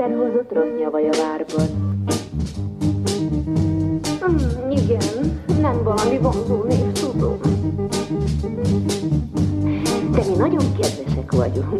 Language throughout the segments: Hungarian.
herhozott rossz nyavaja várban. Igen, nem valami vonzó név, tudom. De mi nagyon kedvesek vagyunk.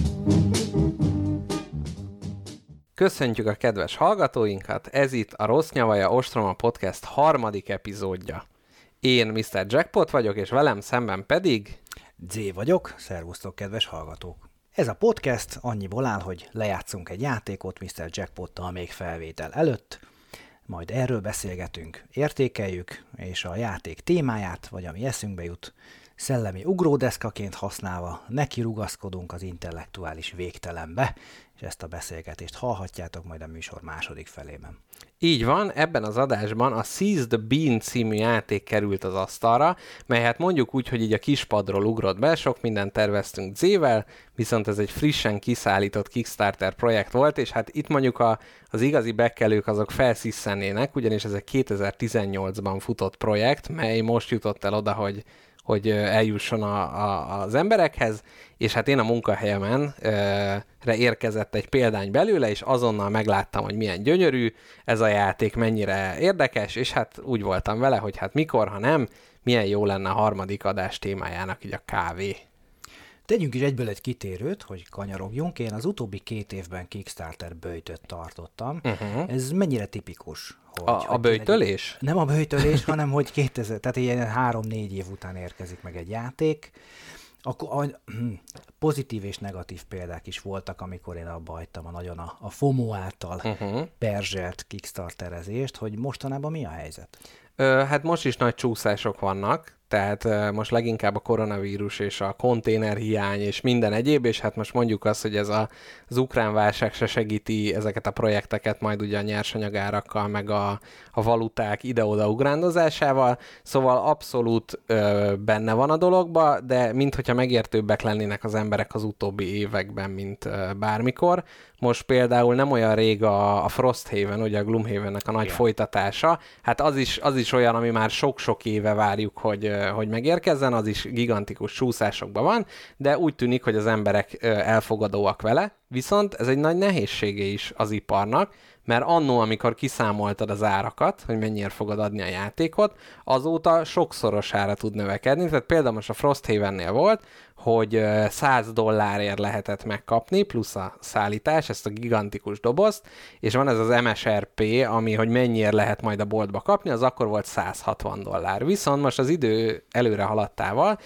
Köszöntjük a kedves hallgatóinkat, ez itt a Rossz Nyavaja Ostroma Podcast harmadik epizódja. Én Mr. Jackpot vagyok, és velem szemben pedig... Z vagyok, szervusztok kedves hallgatók! Ez a podcast annyiból áll, hogy lejátszunk egy játékot Mr. Jackpottal még felvétel előtt, majd erről beszélgetünk, értékeljük, és a játék témáját, vagy ami eszünkbe jut, szellemi ugródeszkaként használva neki rugaszkodunk az intellektuális végtelenbe, és ezt a beszélgetést hallhatjátok majd a műsor második felében. Így van, ebben az adásban a Seize the Bean című játék került az asztalra, mely hát mondjuk úgy, hogy így a kispadról ugrott be, sok mindent terveztünk Z-vel, viszont ez egy frissen kiszállított Kickstarter projekt volt, és hát itt mondjuk az igazi bekkelők azok felszisszennének, ugyanis ez egy 2018-ban futott projekt, mely most jutott el oda, hogy eljusson az emberekhez, és hát én a munkahelyemen érkezett egy példány belőle, és azonnal megláttam, hogy milyen gyönyörű ez a játék, mennyire érdekes, és hát úgy voltam vele, hogy hát mikor, ha nem, milyen jó lenne a harmadik adás témájának így a kávé. Tegyünk is egyből egy kitérőt, hogy kanyarogjunk. Én az utóbbi 2 évben Kickstarter böjtöt tartottam. Ez mennyire tipikus? A böjtölés? Nem a böjtölés, hanem hogy tehát ilyen 3-4 év után érkezik meg egy játék. Akkor pozitív és negatív példák is voltak, amikor én abba hagytam nagyon a FOMO által perzselt Kickstarterezést, hogy mostanában mi a helyzet? Hát most is nagy csúszások vannak, tehát most leginkább a koronavírus és a konténerhiány és minden egyéb, és hát most mondjuk azt, hogy ez az ukrán válság se segíti ezeket a projekteket majd ugye a nyersanyagárakkal, meg a valuták ide-oda ugrándozásával, szóval abszolút benne van a dologba, de minthogyha megértőbbek lennének az emberek az utóbbi években, mint bármikor. Most például nem olyan rég a Frosthaven, ugye a Gloomhavennek a nagy folytatása, hát az is olyan, ami már sok-sok éve várjuk, hogy megérkezzen, az is gigantikus csúszásokban van, de úgy tűnik, hogy az emberek elfogadóak vele, viszont ez egy nagy nehézsége is az iparnak, mert annó, amikor kiszámoltad az árakat, hogy mennyire fogod adni a játékot, azóta sokszorosára tud növekedni. Tehát például most a Frosthavennél volt, hogy $100 lehetett megkapni, plusz a szállítás, ezt a gigantikus dobozt, és van ez az MSRP, ami, hogy mennyire lehet majd a boltba kapni, az akkor volt $160. Viszont most az idő előre haladtával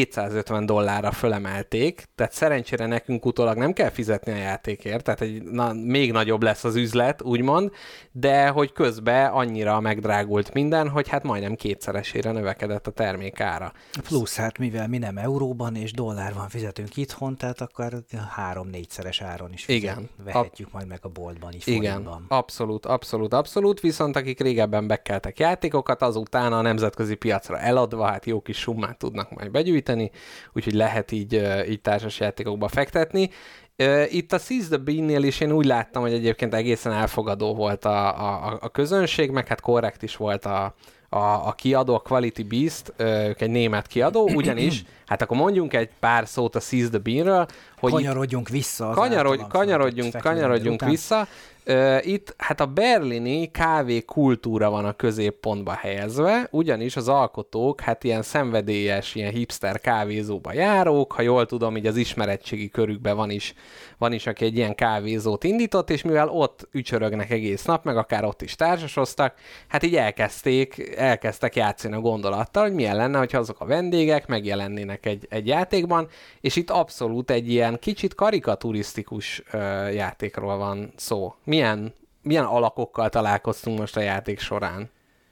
$250 fölemelték, tehát szerencsére nekünk utólag nem kell fizetni a játékért, tehát még nagyobb lesz az üzlet, úgymond, de hogy közben annyira megdrágult minden, hogy hát majdnem 2-szeresére növekedett a termék ára. Plusz hát mivel mi nem euróban és dollárban fizetünk itthon, tehát akkor 3-4-szeres áron is vehetjük majd meg a boltban is. Igen, forintban. Abszolút, viszont akik régebben bekkeltek játékokat, azután a nemzetközi piacra eladva, hát jó kis summát tudnak majd begyűjteni, úgyhogy lehet így társas játékokba fektetni. Itt a Seize the Bean-nél is én úgy láttam, hogy egyébként egészen elfogadó volt a közönség, meg hát korrekt is volt a kiadó, a Quality Beast, ők egy német kiadó, ugyanis, hát akkor mondjunk egy pár szót a Seize the Bean-ről, hogy kanyarodjunk vissza. Kanyarodjunk vissza. Itt hát a berlini kávé kultúra van a középpontba helyezve, ugyanis az alkotók hát ilyen szenvedélyes, ilyen hipster kávézóba járók, ha jól tudom, így az ismeretségi körükben van is, aki egy ilyen kávézót indított, és mivel ott ücsörögnek egész nap, meg akár ott is társasoztak, hát így elkezdtek játszani a gondolattal, hogy milyen lenne, hogyha azok a vendégek megjelennének egy játékban, és itt abszolút egy ilyen kicsit karikaturisztikus játékról van szó. Milyen alakokkal találkoztunk most a játék során?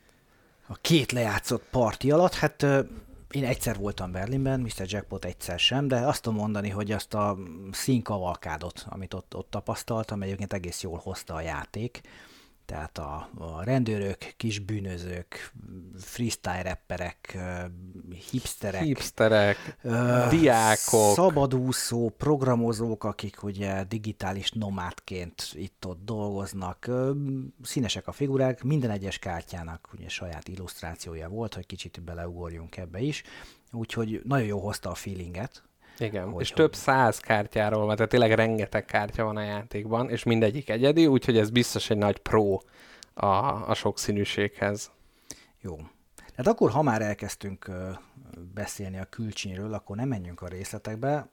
A 2 lejátszott parti alatt, hát én egyszer voltam Berlinben, Mr. Jackpot egyszer sem, de azt tudom mondani, hogy azt a színkavalkádot, amit ott tapasztaltam, egyébként egész jól hozta a játék. Tehát a rendőrök, kis bűnözők, freestyle rapperek, hipsterek, diákok, szabadúszó, programozók, akik ugye digitális nomádként itt-ott dolgoznak, színesek a figurák, minden egyes kártyának ugye saját illusztrációja volt, hogy kicsit beleugorjunk ebbe is, úgyhogy nagyon jó hozta a feelinget. Igen, és több 100 kártyáról van, tehát tényleg rengeteg kártya van a játékban, és mindegyik egyedi, úgyhogy ez biztos egy nagy pro a sokszínűséghez. Jó. Hát akkor, ha már elkezdtünk beszélni a külcsínről, akkor nem menjünk a részletekbe,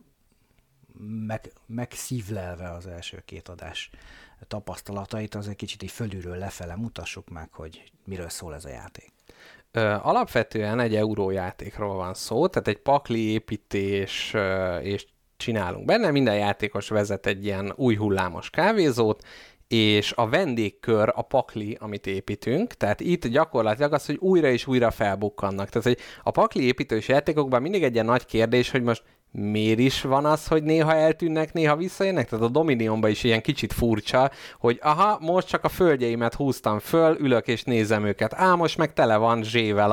meg szívlelve az első 2 adás tapasztalatait, az egy kicsit így fölülről lefele mutassuk meg, hogy miről szól ez a játék. Alapvetően egy eurójátékról van szó, tehát egy pakli építés és csinálunk benne. Minden játékos vezet egy ilyen új hullámos kávézót, és a vendégkör a pakli, amit építünk, tehát itt gyakorlatilag az, hogy újra és újra felbukkannak. Tehát, hogy a pakli építős játékokban mindig egy ilyen nagy kérdés, hogy most miért is van az, hogy néha eltűnnek, néha visszajönnek? Tehát a Dominionban is ilyen kicsit furcsa, hogy aha, most csak a földjeimet húztam föl, ülök és nézem őket. Most meg tele van zsével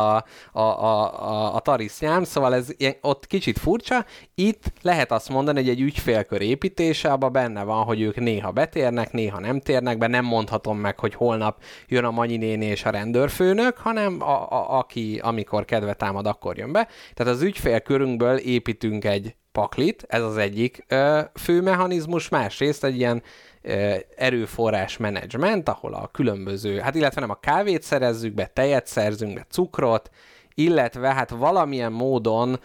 a tarisznyám, szóval ez ilyen, ott kicsit furcsa. Itt lehet azt mondani, hogy egy ügyfélkör építése, abban benne van, hogy ők néha betérnek, néha nem térnek be, nem mondhatom meg, hogy holnap jön a Manyi néni és a rendőrfőnök, hanem aki amikor kedve támad, akkor jön be. Tehát az ügyfélkörünkből építünk egy paklit, ez az egyik fő mechanizmus, másrészt egy ilyen erőforrás menedzsment, ahol a különböző, hát illetve nem a kávét szerezzük be, tejet szerzünk be, cukrot, illetve hát valamilyen módon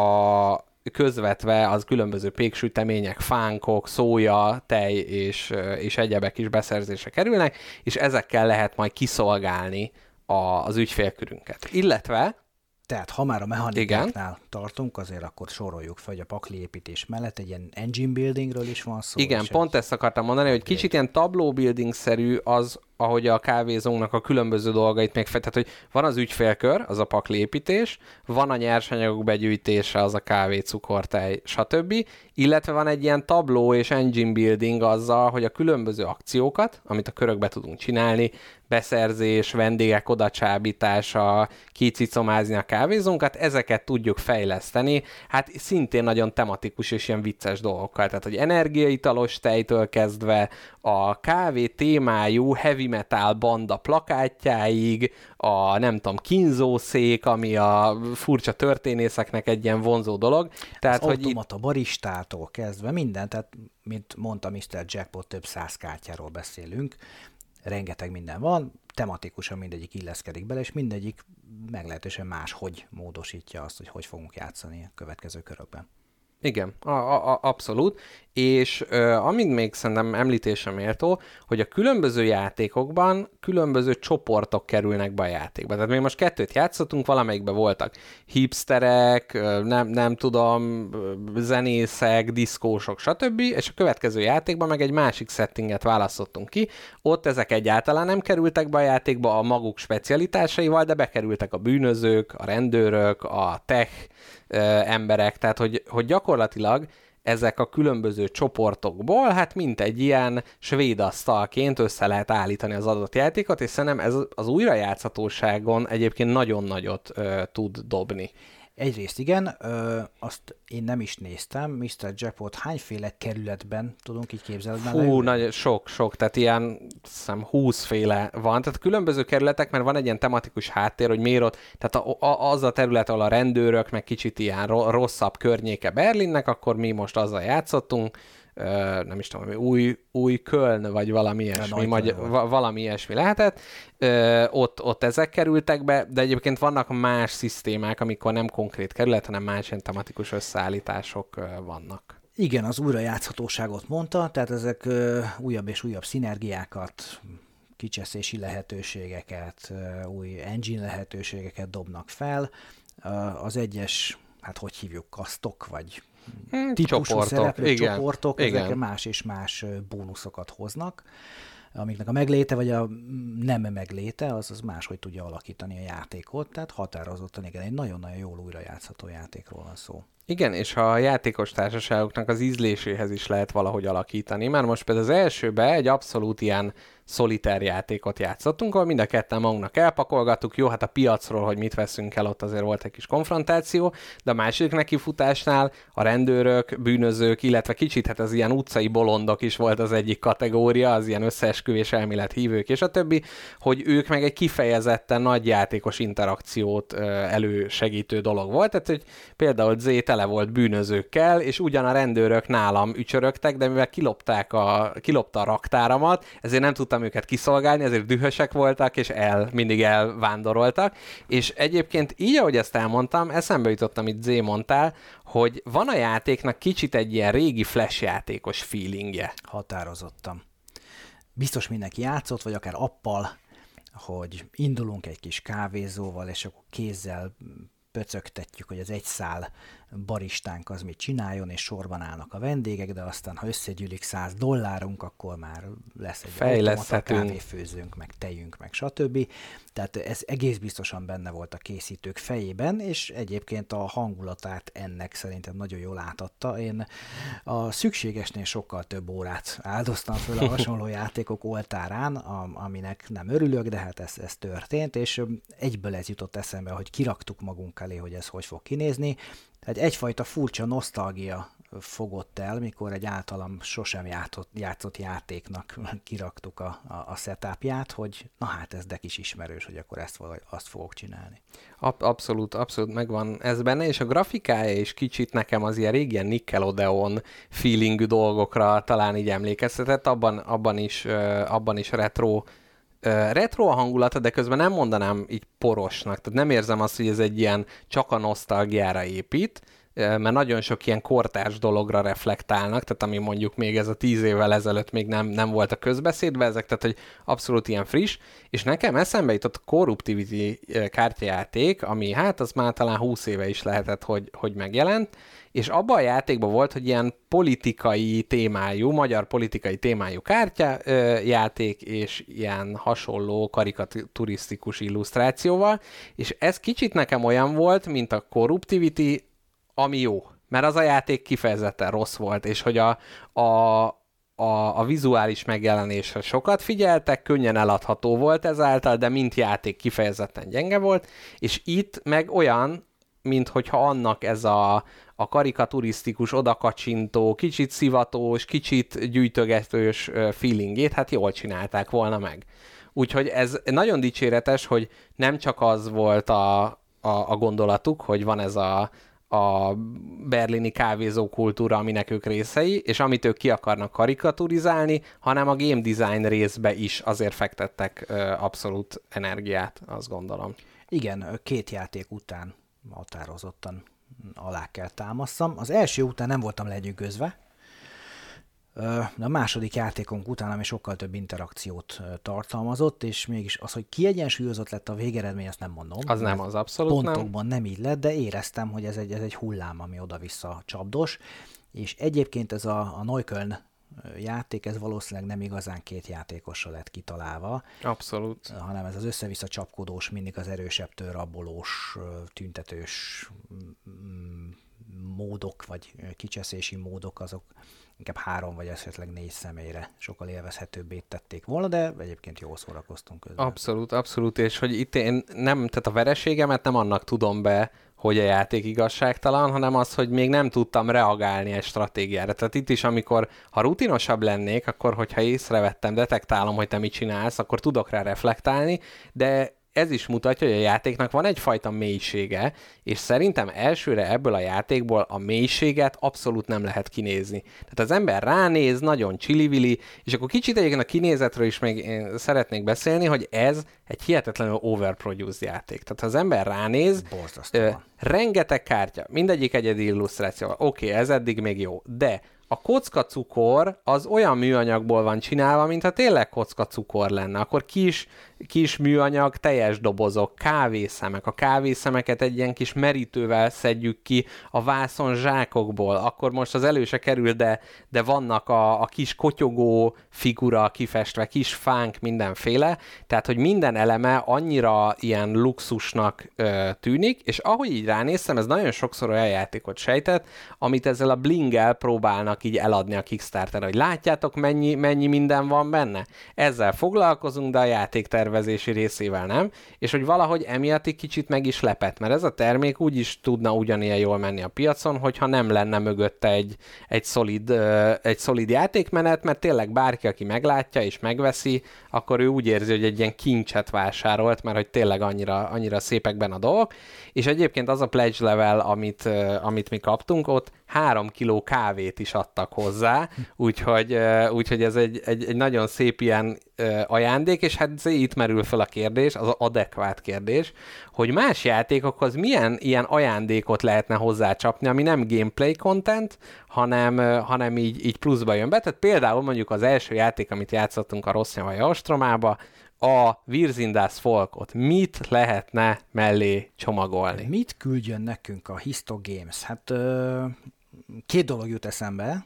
közvetve az különböző péksütemények, fánkok, szója, tej és egyebek is beszerzésre kerülnek, és ezekkel lehet majd kiszolgálni az ügyfélkörünket. Illetve tehát, ha már a mechanikáknál tartunk, azért akkor soroljuk fel, hogy a pakli építés mellett egy ilyen engine buildingről is van szó. Igen, pont ezt akartam mondani, hogy kicsit ilyen tabló building-szerű az, ahogy a kávézónknak a különböző dolgait megfejtett, hogy van az ügyfélkör, az a pakli építés, van a nyersanyagok begyűjtése, az a kávé, cukor, tej, stb., illetve van egy ilyen tabló és engine building azzal, hogy a különböző akciókat, amit a körökbe tudunk csinálni, beszerzés, vendégek odacsábítása, kicicomázni a kávézónkat, ezeket tudjuk fejleszteni, hát szintén nagyon tematikus és ilyen vicces dolgokkal, tehát hogy energiaitalos tejtől kezdve a kávé témájú heavy metal banda plakátjáig, a nem tudom, kínzószék, ami a furcsa történészeknek egy ilyen vonzó dolog. Tehát, az automata baristától kezdve minden, tehát mint mondta Mr. Jackpot, több 100 kártyáról beszélünk, rengeteg minden van, tematikusan mindegyik illeszkedik bele, és mindegyik meglehetősen máshogy módosítja azt, hogy fogunk játszani a következő körökben. Igen, abszolút, és amit még szerintem említésre méltó, hogy a különböző játékokban különböző csoportok kerülnek be a játékba. Tehát még most 2 játszottunk, valamelyikben voltak hipsterek, nem tudom, zenészek, diszkósok, stb., és a következő játékban meg egy másik settinget választottunk ki. Ott ezek egyáltalán nem kerültek be a játékba a maguk specialitásaival, de bekerültek a bűnözők, a rendőrök, a tech emberek, tehát hogy gyakorlatilag ezek a különböző csoportokból, hát mint egy ilyen svéd asztalként össze lehet állítani az adott játékot, és szerintem ez az újrajátszhatóságon egyébként nagyon nagyot tud dobni. Egyrészt igen, azt én nem is néztem. Mr. Jackpot hányféle kerületben tudunk így képzelni? Nagy, sok, tehát ilyen 20 féle van. Tehát különböző kerületek, mert van egy ilyen tematikus háttér, hogy miért ott, tehát az a terület, ahol a rendőrök, meg kicsit ilyen rosszabb környéke Berlinnek, akkor mi most azzal játszottunk, nem is tudom, új Köln, vagy valami ilyesmi, valami ilyesmi lehetett. Ott ezek kerültek be, de egyébként vannak más szisztémák, amikor nem konkrét kerület, hanem más ilyen tematikus összeállítások vannak. Igen, az újrajátszhatóságot mondta, tehát ezek újabb és újabb szinergiákat, kicseszési lehetőségeket, új engine lehetőségeket dobnak fel. Az egyes, hát hogy hívjuk, kasztok, vagy típusú szereplő csoportok, ezek más és más bónuszokat hoznak, amiknek a megléte vagy a nem megléte, az máshogy tudja alakítani a játékot, tehát határozottan igen, egy nagyon-nagyon jól újrajátszható játékról van szó. Igen, és a játékos társaságoknak az ízléséhez is lehet valahogy alakítani, mert most például az elsőben egy abszolút ilyen szolitár játékot játszottunk, ahol mind a ketten magunknak elpakolgattuk, jó, hát a piacról, hogy mit veszünk el, ott azért volt egy kis konfrontáció, de a második nekifutásnál a rendőrök, bűnözők, illetve kicsit hát az ilyen utcai bolondok is volt az egyik kategória, az ilyen összeesküvés elmélet hívők és a többi, hogy ők meg egy kifejezetten nagy játékos interakciót elősegítő dolog volt, tehát hogy például Z tele volt bűnözőkkel, és ugyan a rendőrök nálam ücsörögtek, de mivel kilopta a raktáramat, ezért nem tudtam őket kiszolgálni, ezért dühösek voltak, és mindig elvándoroltak. És egyébként így, ahogy ezt elmondtam, eszembe jutott, amit Zé mondtál, hogy van a játéknak kicsit egy ilyen régi flash játékos feelingje. Határozottan. Biztos mindenki játszott, vagy akár appal, hogy indulunk egy kis kávézóval, és akkor kézzel pöcögtetjük, hogy az egy szál baristánk az mit csináljon, és sorban állnak a vendégek, de aztán, ha összegyűlik $100, akkor már lesz egy automata kávéfőzőnk, meg tejünk, meg stb. Tehát ez egész biztosan benne volt a készítők fejében, és egyébként a hangulatát ennek szerintem nagyon jól átadta. Én a szükségesnél sokkal több órát áldoztam föl a hasonló játékok oltárán, aminek nem örülök, de hát ez történt, és egyből ez jutott eszembe, hogy kiraktuk magunk elé, hogy ez hogy fog kinézni. Tehát egyfajta furcsa nosztalgia fogott el, mikor egy általam sosem játszott játéknak kiraktuk a setupját, hogy na hát ez de kis ismerős, hogy akkor ezt vagy azt fogok csinálni. Abszolút megvan ez benne, és a grafikája is kicsit nekem az ilyen régen Nickelodeon feelingű dolgokra talán így emlékeztetett, abban is retro a hangulata, de közben nem mondanám így porosnak, tehát nem érzem azt, hogy ez egy ilyen csak a nosztalgiára épít, mert nagyon sok ilyen kortárs dologra reflektálnak, tehát ami mondjuk még ez a 10 évvel ezelőtt még nem volt a közbeszédbe ezek, tehát hogy abszolút ilyen friss, és nekem eszembe jutott a Corruptivity kártyajáték, ami hát az már talán 20 éve is lehetett, hogy megjelent, és abban a játékban volt, hogy ilyen politikai témájú, magyar politikai témájú kártyajáték, és ilyen hasonló karikaturisztikus illusztrációval, és ez kicsit nekem olyan volt, mint a Corruptivity, ami jó, mert az a játék kifejezetten rossz volt, és hogy a vizuális megjelenésre sokat figyeltek, könnyen eladható volt ezáltal, de mint játék kifejezetten gyenge volt, és itt meg olyan, mint hogyha annak ez a karikaturisztikus, odakacsintó, kicsit szivatós, kicsit gyűjtögetős feelingét, hát jól csinálták volna meg. Úgyhogy ez nagyon dicséretes, hogy nem csak az volt a gondolatuk, hogy van ez a berlini kávézó kultúra, aminek ők részei, és amit ők ki akarnak karikaturizálni, hanem a game design részbe is azért fektettek abszolút energiát, azt gondolom. Igen, 2 játék után határozottan alá kell támasszam. Az első után nem voltam legyűgözve, de a második játékunk után, ami sokkal több interakciót tartalmazott, és mégis az, hogy kiegyensúlyozott lett a végeredmény, azt nem mondom. Az nem, az abszolút pontokban nem így lett, de éreztem, hogy ez egy hullám, ami oda-vissza csapdos, és egyébként ez a Neukölln játék, ez valószínűleg nem igazán 2 játékosra lett kitalálva. Abszolút. Hanem ez az össze-vissza csapkodós, mindig az erősebbtől rabolós, tüntetős módok, vagy kicseszési módok, azok inkább 3 vagy esetleg 4 személyre sokkal élvezhetőbbé tették volna, de egyébként jól szórakoztunk közben. Abszolút, és hogy itt én tehát a vereségemet nem annak tudom be, hogy a játék igazságtalan, hanem az, hogy még nem tudtam reagálni egy stratégiára. Tehát itt is, ha rutinosabb lennék, akkor hogyha észrevettem, detektálom, hogy te mit csinálsz, akkor tudok rá reflektálni, de ez is mutatja, hogy a játéknak van egyfajta mélysége, és szerintem elsőre ebből a játékból a mélységet abszolút nem lehet kinézni. Tehát az ember ránéz, nagyon csili-vili, és akkor kicsit egyébként a kinézetről is még én szeretnék beszélni, hogy ez egy hihetetlenül overproduced játék. Tehát ha az ember ránéz, rengeteg kártya, mindegyik egyedi illusztrációval. Oké, ez eddig még jó, de a kockacukor az olyan műanyagból van csinálva, mintha tényleg kockacukor lenne. Akkor kis műanyag, teljes dobozok, kávészemek. A kávészemeket egy ilyen kis merítővel szedjük ki a vászon zsákokból. Akkor most az elő se kerül, de vannak a kis kotyogó figura kifestve, kis fánk, mindenféle. Tehát, hogy minden eleme annyira ilyen luxusnak tűnik, és ahogy így ránéztem, ez nagyon sokszor olyan játékot sejtett, amit ezzel a blinggel próbálnak tudnak így eladni a Kickstarter, hogy látjátok, mennyi minden van benne. Ezzel foglalkozunk, de a játéktervezési részével nem, és hogy valahogy emiatt egy kicsit meg is lepett, mert ez a termék úgy is tudna ugyanilyen jól menni a piacon, hogyha nem lenne mögötte egy szolid játékmenet, mert tényleg bárki, aki meglátja és megveszi, akkor ő úgy érzi, hogy egy ilyen kincset vásárolt, mert hogy tényleg annyira szépek benne a dolgok, és egyébként az a pledge level, amit mi kaptunk, ott 3 kiló kávét is adtak hozzá, úgyhogy ez egy nagyon szép ilyen ajándék, és hát itt merül fel a kérdés, az adekvát kérdés, hogy más játékokhoz milyen ilyen ajándékot lehetne hozzácsapni, ami nem gameplay content, hanem így pluszba jön be. Tehát például mondjuk az első játék, amit játszottunk a Rossz Nyavai Ostromába, a Wir sind das Volkot. Mit lehetne mellé csomagolni? Mit küldjön nekünk a Histo Games? Hát 2 dolog jut eszembe.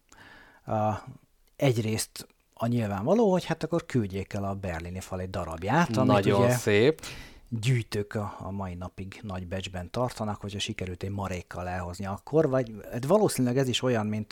Egyrészt a nyilvánvaló, hogy hát akkor küldjék el a berlini fal egy darabját, amit nagyon ugye szép. Gyűjtők a mai napig nagy becsben tartanak, hogyha sikerült egy marékkal elhozni akkor, vagy valószínűleg ez is olyan, mint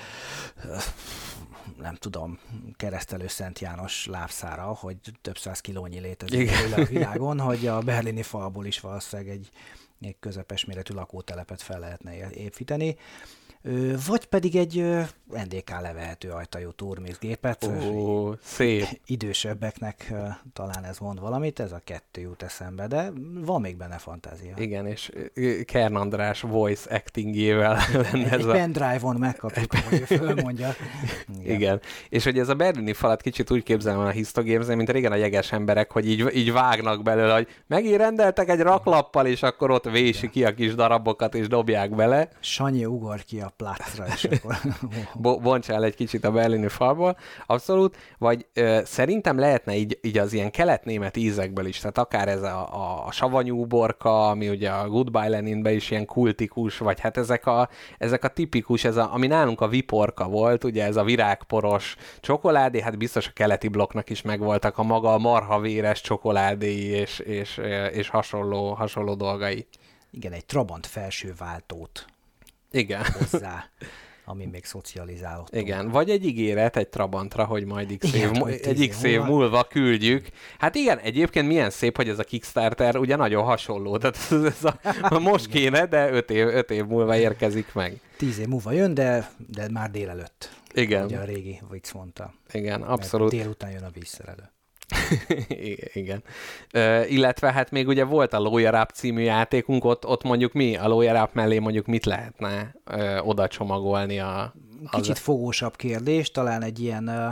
nem tudom, Keresztelő Szent János lábszára, hogy több 100 kilónyi létezik a világon, hogy a berlini falból is valószínűleg egy közepes méretű lakótelepet fel lehetne építeni. Vagy pedig egy NDK levehető ajtajú turmixgépet. Szép. Idősebbeknek talán ez mond valamit, ez a 2 jut eszembe, de van még benne fantázia. Igen, és Kern András voice actingjével lenne egy pendrive-on megkapjuk, hogy ő fölmondja. Igen. És hogy ez a berlini falat kicsit úgy képzelem a Histo Games-nél, mint régen a jeges emberek, hogy így vágnak belőle, hogy megint rendeltek egy raklappal, és akkor ott vési ki a kis darabokat, és dobják bele. Sanyi ugor ki a plácra, és akkor... Bonts el egy kicsit a berlini falból, abszolút, vagy szerintem lehetne így az ilyen kelet-német ízekből is, tehát akár ez a savanyú borka, ami ugye a Goodbye Leninben is ilyen kultikus, vagy hát ezek a tipikus, ami nálunk a viporka volt, ugye ez a virágporos csokoládé, hát biztos a keleti blokknak is megvoltak a maga marhavéres csokoládéi és hasonló dolgai. Igen, egy Trabant felső váltót igen. hozzá, ami még szocializálódtunk. Igen, vagy egy ígéret egy Trabantra, hogy majd x év múlva küldjük. Hát igen, egyébként milyen szép, hogy ez a Kickstarter ugye nagyon hasonló. Tehát ez most kéne, de 5 év múlva érkezik meg. 10 év múlva jön, de már délelőtt. Igen. Ugye a régi vicc mondta. Igen, abszolút. Mert délután jön a vízszerelő. Igen. Illetve hát még ugye volt a Lawyer Up című játékunk, ott mondjuk mi a Lawyer Up mellé mondjuk mit lehetne oda csomagolni Kicsit fogósabb kérdés, talán egy ilyen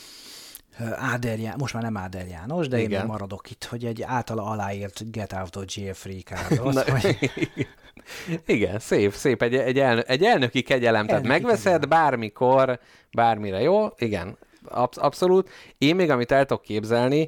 most már nem Áder János, de igen. Én maradok itt, hogy egy általa aláírt Get Out of Jail Free cardot. Igen, szép, egy elnöki kegyelem, tehát megveszed bármikor, bármire, jó? Igen. Abszolút. Én még, amit el tudok képzelni,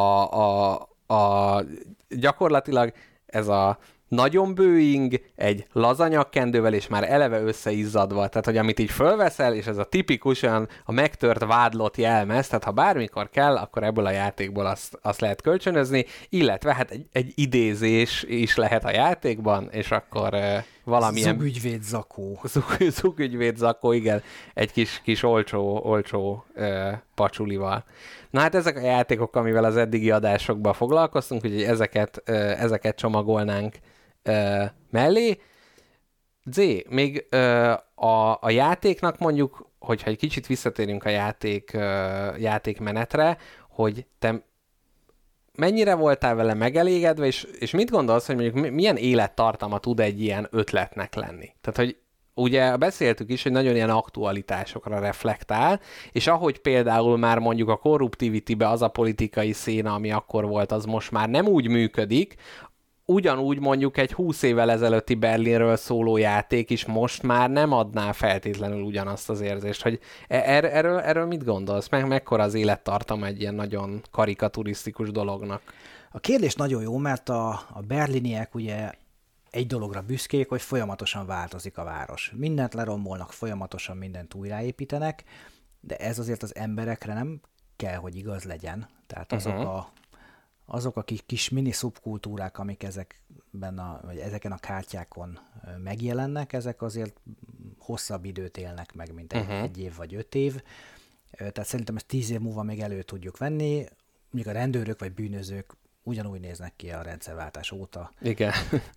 gyakorlatilag ez a nagyon bőing, egy lazanyakkendővel, és már eleve összeizzadva. Tehát, hogy amit így fölveszel, és ez a tipikusan a megtört vádlott jelmez, tehát ha bármikor kell, akkor ebből a játékból azt lehet kölcsönözni, illetve hát egy idézés is lehet a játékban, és akkor valamilyen... Zugügyvéd zakó. Zugügyvéd zakó, igen. Egy kis olcsó pacsulival. Na hát ezek a játékok, amivel az eddigi adásokban foglalkoztunk, úgyhogy ezeket csomagolnánk mellé. Még a játéknak mondjuk, hogyha egy kicsit visszatérünk a játékmenetre, hogy te mennyire voltál vele megelégedve, és mit gondolsz, hogy mondjuk milyen élettartama tud egy ilyen ötletnek lenni? Tehát, hogy ugye beszéltük is, hogy nagyon ilyen aktualitásokra reflektál, és ahogy például már mondjuk a Corruptivity-be az a politikai széna, ami akkor volt, az most már nem úgy működik, ugyanúgy mondjuk egy 20 évvel ezelőtti Berlinről szóló játék is most már nem adná feltétlenül ugyanazt az érzést, hogy erről mit gondolsz? Mekkora az élettartama egy ilyen nagyon karikaturisztikus dolognak? A kérdés nagyon jó, mert a berliniek ugye egy dologra büszkék, hogy folyamatosan változik a város. Mindent lerombolnak, folyamatosan mindent újraépítenek, de ez azért az emberekre nem kell, hogy igaz legyen. Tehát azok a kis mini szubkultúrák, amik ezeken a kártyákon megjelennek, ezek azért hosszabb időt élnek meg, mint egy év vagy 5 év. Tehát szerintem ezt 10 év múlva még elő tudjuk venni, mondjuk a rendőrök vagy bűnözők ugyanúgy néznek ki a rendszerváltás óta. Igen.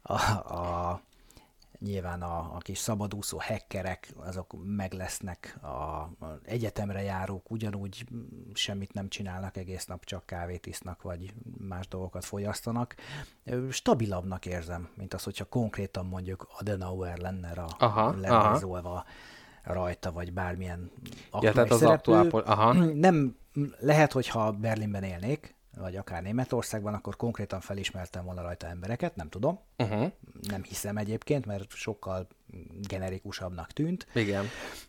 Nyilván a kis szabadúszó hackerek, azok meg lesznek, az egyetemre járók ugyanúgy semmit nem csinálnak, egész nap csak kávét isznak, vagy más dolgokat fogyasztanak. Stabilabbnak érzem, mint az, hogyha konkrétan mondjuk Adenauer lenne lerajzolva rajta, vagy bármilyen aktuális szereplő. Nem lehet, hogyha Berlinben élnék, vagy akár Németországban, akkor konkrétan felismertem volna rajta embereket, nem tudom. Nem hiszem egyébként, mert sokkal generikusabbnak tűnt. Igen.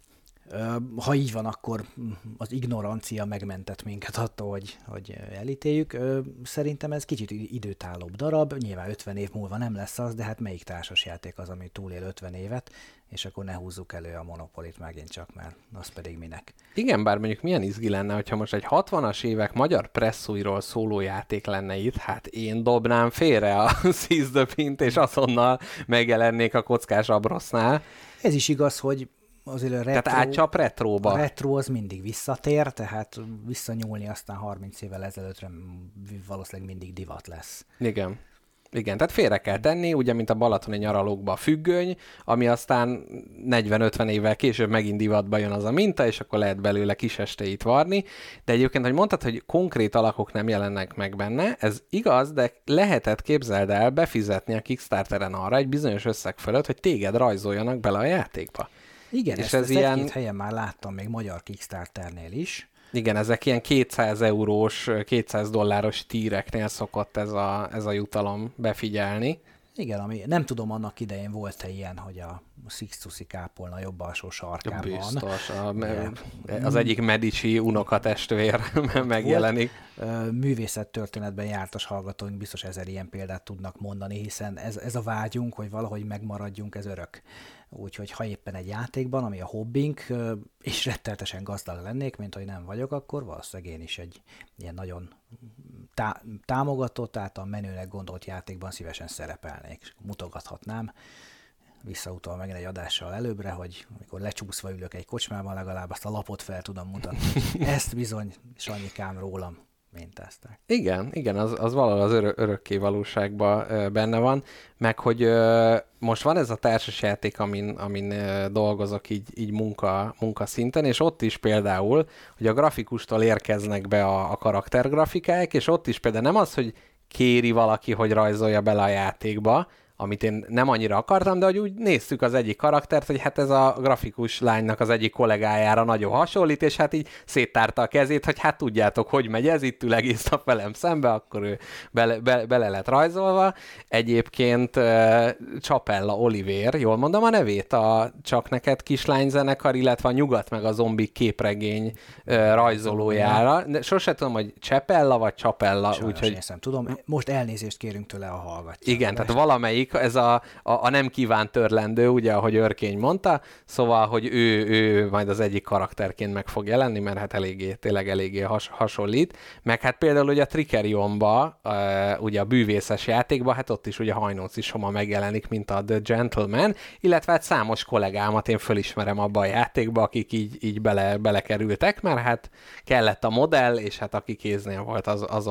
Ha így van, akkor az ignorancia megmentett minket attól, hogy elítéljük. Szerintem ez kicsit időtállóbb darab, nyilván 50 év múlva nem lesz az, de hát melyik társasjáték az, ami túlél 50 évet, és akkor ne húzzuk elő a Monopolit megint csak, mert az pedig minek. Igen, bár mondjuk milyen izgi lenne, hogyha most egy 60-as évek magyar presszújról szóló játék lenne itt, hát én dobnám félre a Seize the Pint, és azonnal megjelennék a kockás abrosznál. Ez is igaz, hogy azért a retro, tehát átcsap retróba. A retro az mindig visszatér, tehát visszanyúlni aztán 30 évvel ezelőttre valószínűleg mindig divat lesz. Igen. Igen, tehát félre kell tenni, ugye, mint a balatoni nyaralókba a függöny, ami aztán 40-50 évvel később megint divatba jön az a minta, és akkor lehet belőle kisesteit varni. De egyébként, hogy mondtad, hogy konkrét alakok nem jelennek meg benne, ez igaz, de lehetett, képzeld el, befizetni a Kickstarteren arra egy bizonyos összeg fölött, hogy téged rajzoljanak bele a játékba. Igen, és ezt ilyen... egy-két helyen már láttam még magyar Kickstarternél is. Igen, ezek ilyen 200 eurós, 200 dolláros tíreknél szokott ez a jutalom befigyelni. Igen, ami nem tudom, annak idején volt-e ilyen, hogy a Sixtusi kápolna jobb alsó sarkában. Biztos, az egyik Medici unokatestvér megjelenik. Művészettörténetben jártas hallgatóink biztos 1000 ilyen példát tudnak mondani, hiszen ez a vágyunk, hogy valahogy megmaradjunk, ez örök. Úgyhogy ha éppen egy játékban, ami a hobbink, és retteltesen gazdag lennék, mint hogy nem vagyok, akkor valószínűleg én is egy ilyen nagyon támogatott, tehát a menőnek gondolt játékban szívesen szerepelnék, és mutogathatnám, visszautalva megint egy adással előbbre, hogy amikor lecsúszva ülök egy kocsmában, legalább azt a lapot fel tudom mutatni. Ezt bizony Sanyikám rólam mintázták. Igen, az valahol az örökké valóságban benne van, meg hogy most van ez a társasjáték, amin dolgozok így munka szinten, és ott is például, hogy a grafikustól érkeznek be a karaktergrafikák, és ott is például nem az, hogy kéri valaki, hogy rajzolja bele a játékba, amit én nem annyira akartam, de hogy úgy néztük az egyik karaktert, hogy hát ez a grafikus lánynak az egyik kollégájára nagyon hasonlít, és hát így széttárta a kezét, hogy hát tudjátok, hogy megy ez, itt ül egész nap velem szembe, akkor ő bele lett rajzolva. Egyébként Csapella Olivér, jól mondom a nevét, a Csak neked kislány zenekar, illetve a Nyugat meg a zombik képregény rajzolójára. De sose tudom, hogy Csepella vagy Csapella. Úgyhogy én tudom. Most elnézést kérünk tőle, ha hallgatja. Igen, tehát valamelyik, ez a nem kívánt törlendő, ugye, ahogy Örkény mondta, szóval, hogy ő majd az egyik karakterként meg fog jelenni, mert hát tényleg eléggé hasonlít. Meg hát például ugye a Trickerion-ba, ugye a bűvészes játékban, hát ott is ugye Hajnóci Soma megjelenik, mint a The Gentleman, illetve hát számos kollégámat én fölismerem abba a játékba, akik így belekerültek, mert hát kellett a modell, és hát aki kéznél volt,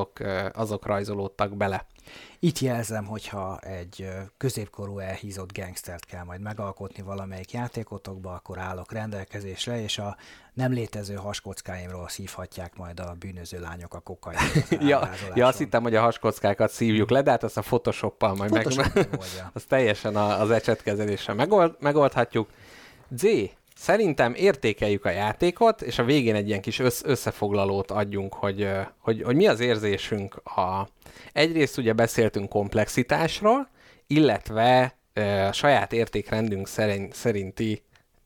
azok rajzolódtak bele. Itt jelzem, hogyha egy középkorú elhízott gangstert kell majd megalkotni valamelyik játékotokba, akkor állok rendelkezésre, és a nem létező haskockáimról szívhatják majd a bűnöző lányok a kokainot. Ja, azt hittem, hogy a haskockákat szívjuk le, de hát azt a Photoshoppal majd azt teljesen az ecsetkezeléssel megoldhatjuk. Z, szerintem értékeljük a játékot, és a végén egy ilyen kis összefoglalót adjunk, hogy mi az érzésünk. Egyrészt ugye beszéltünk komplexitásról, illetve a saját értékrendünk szerinti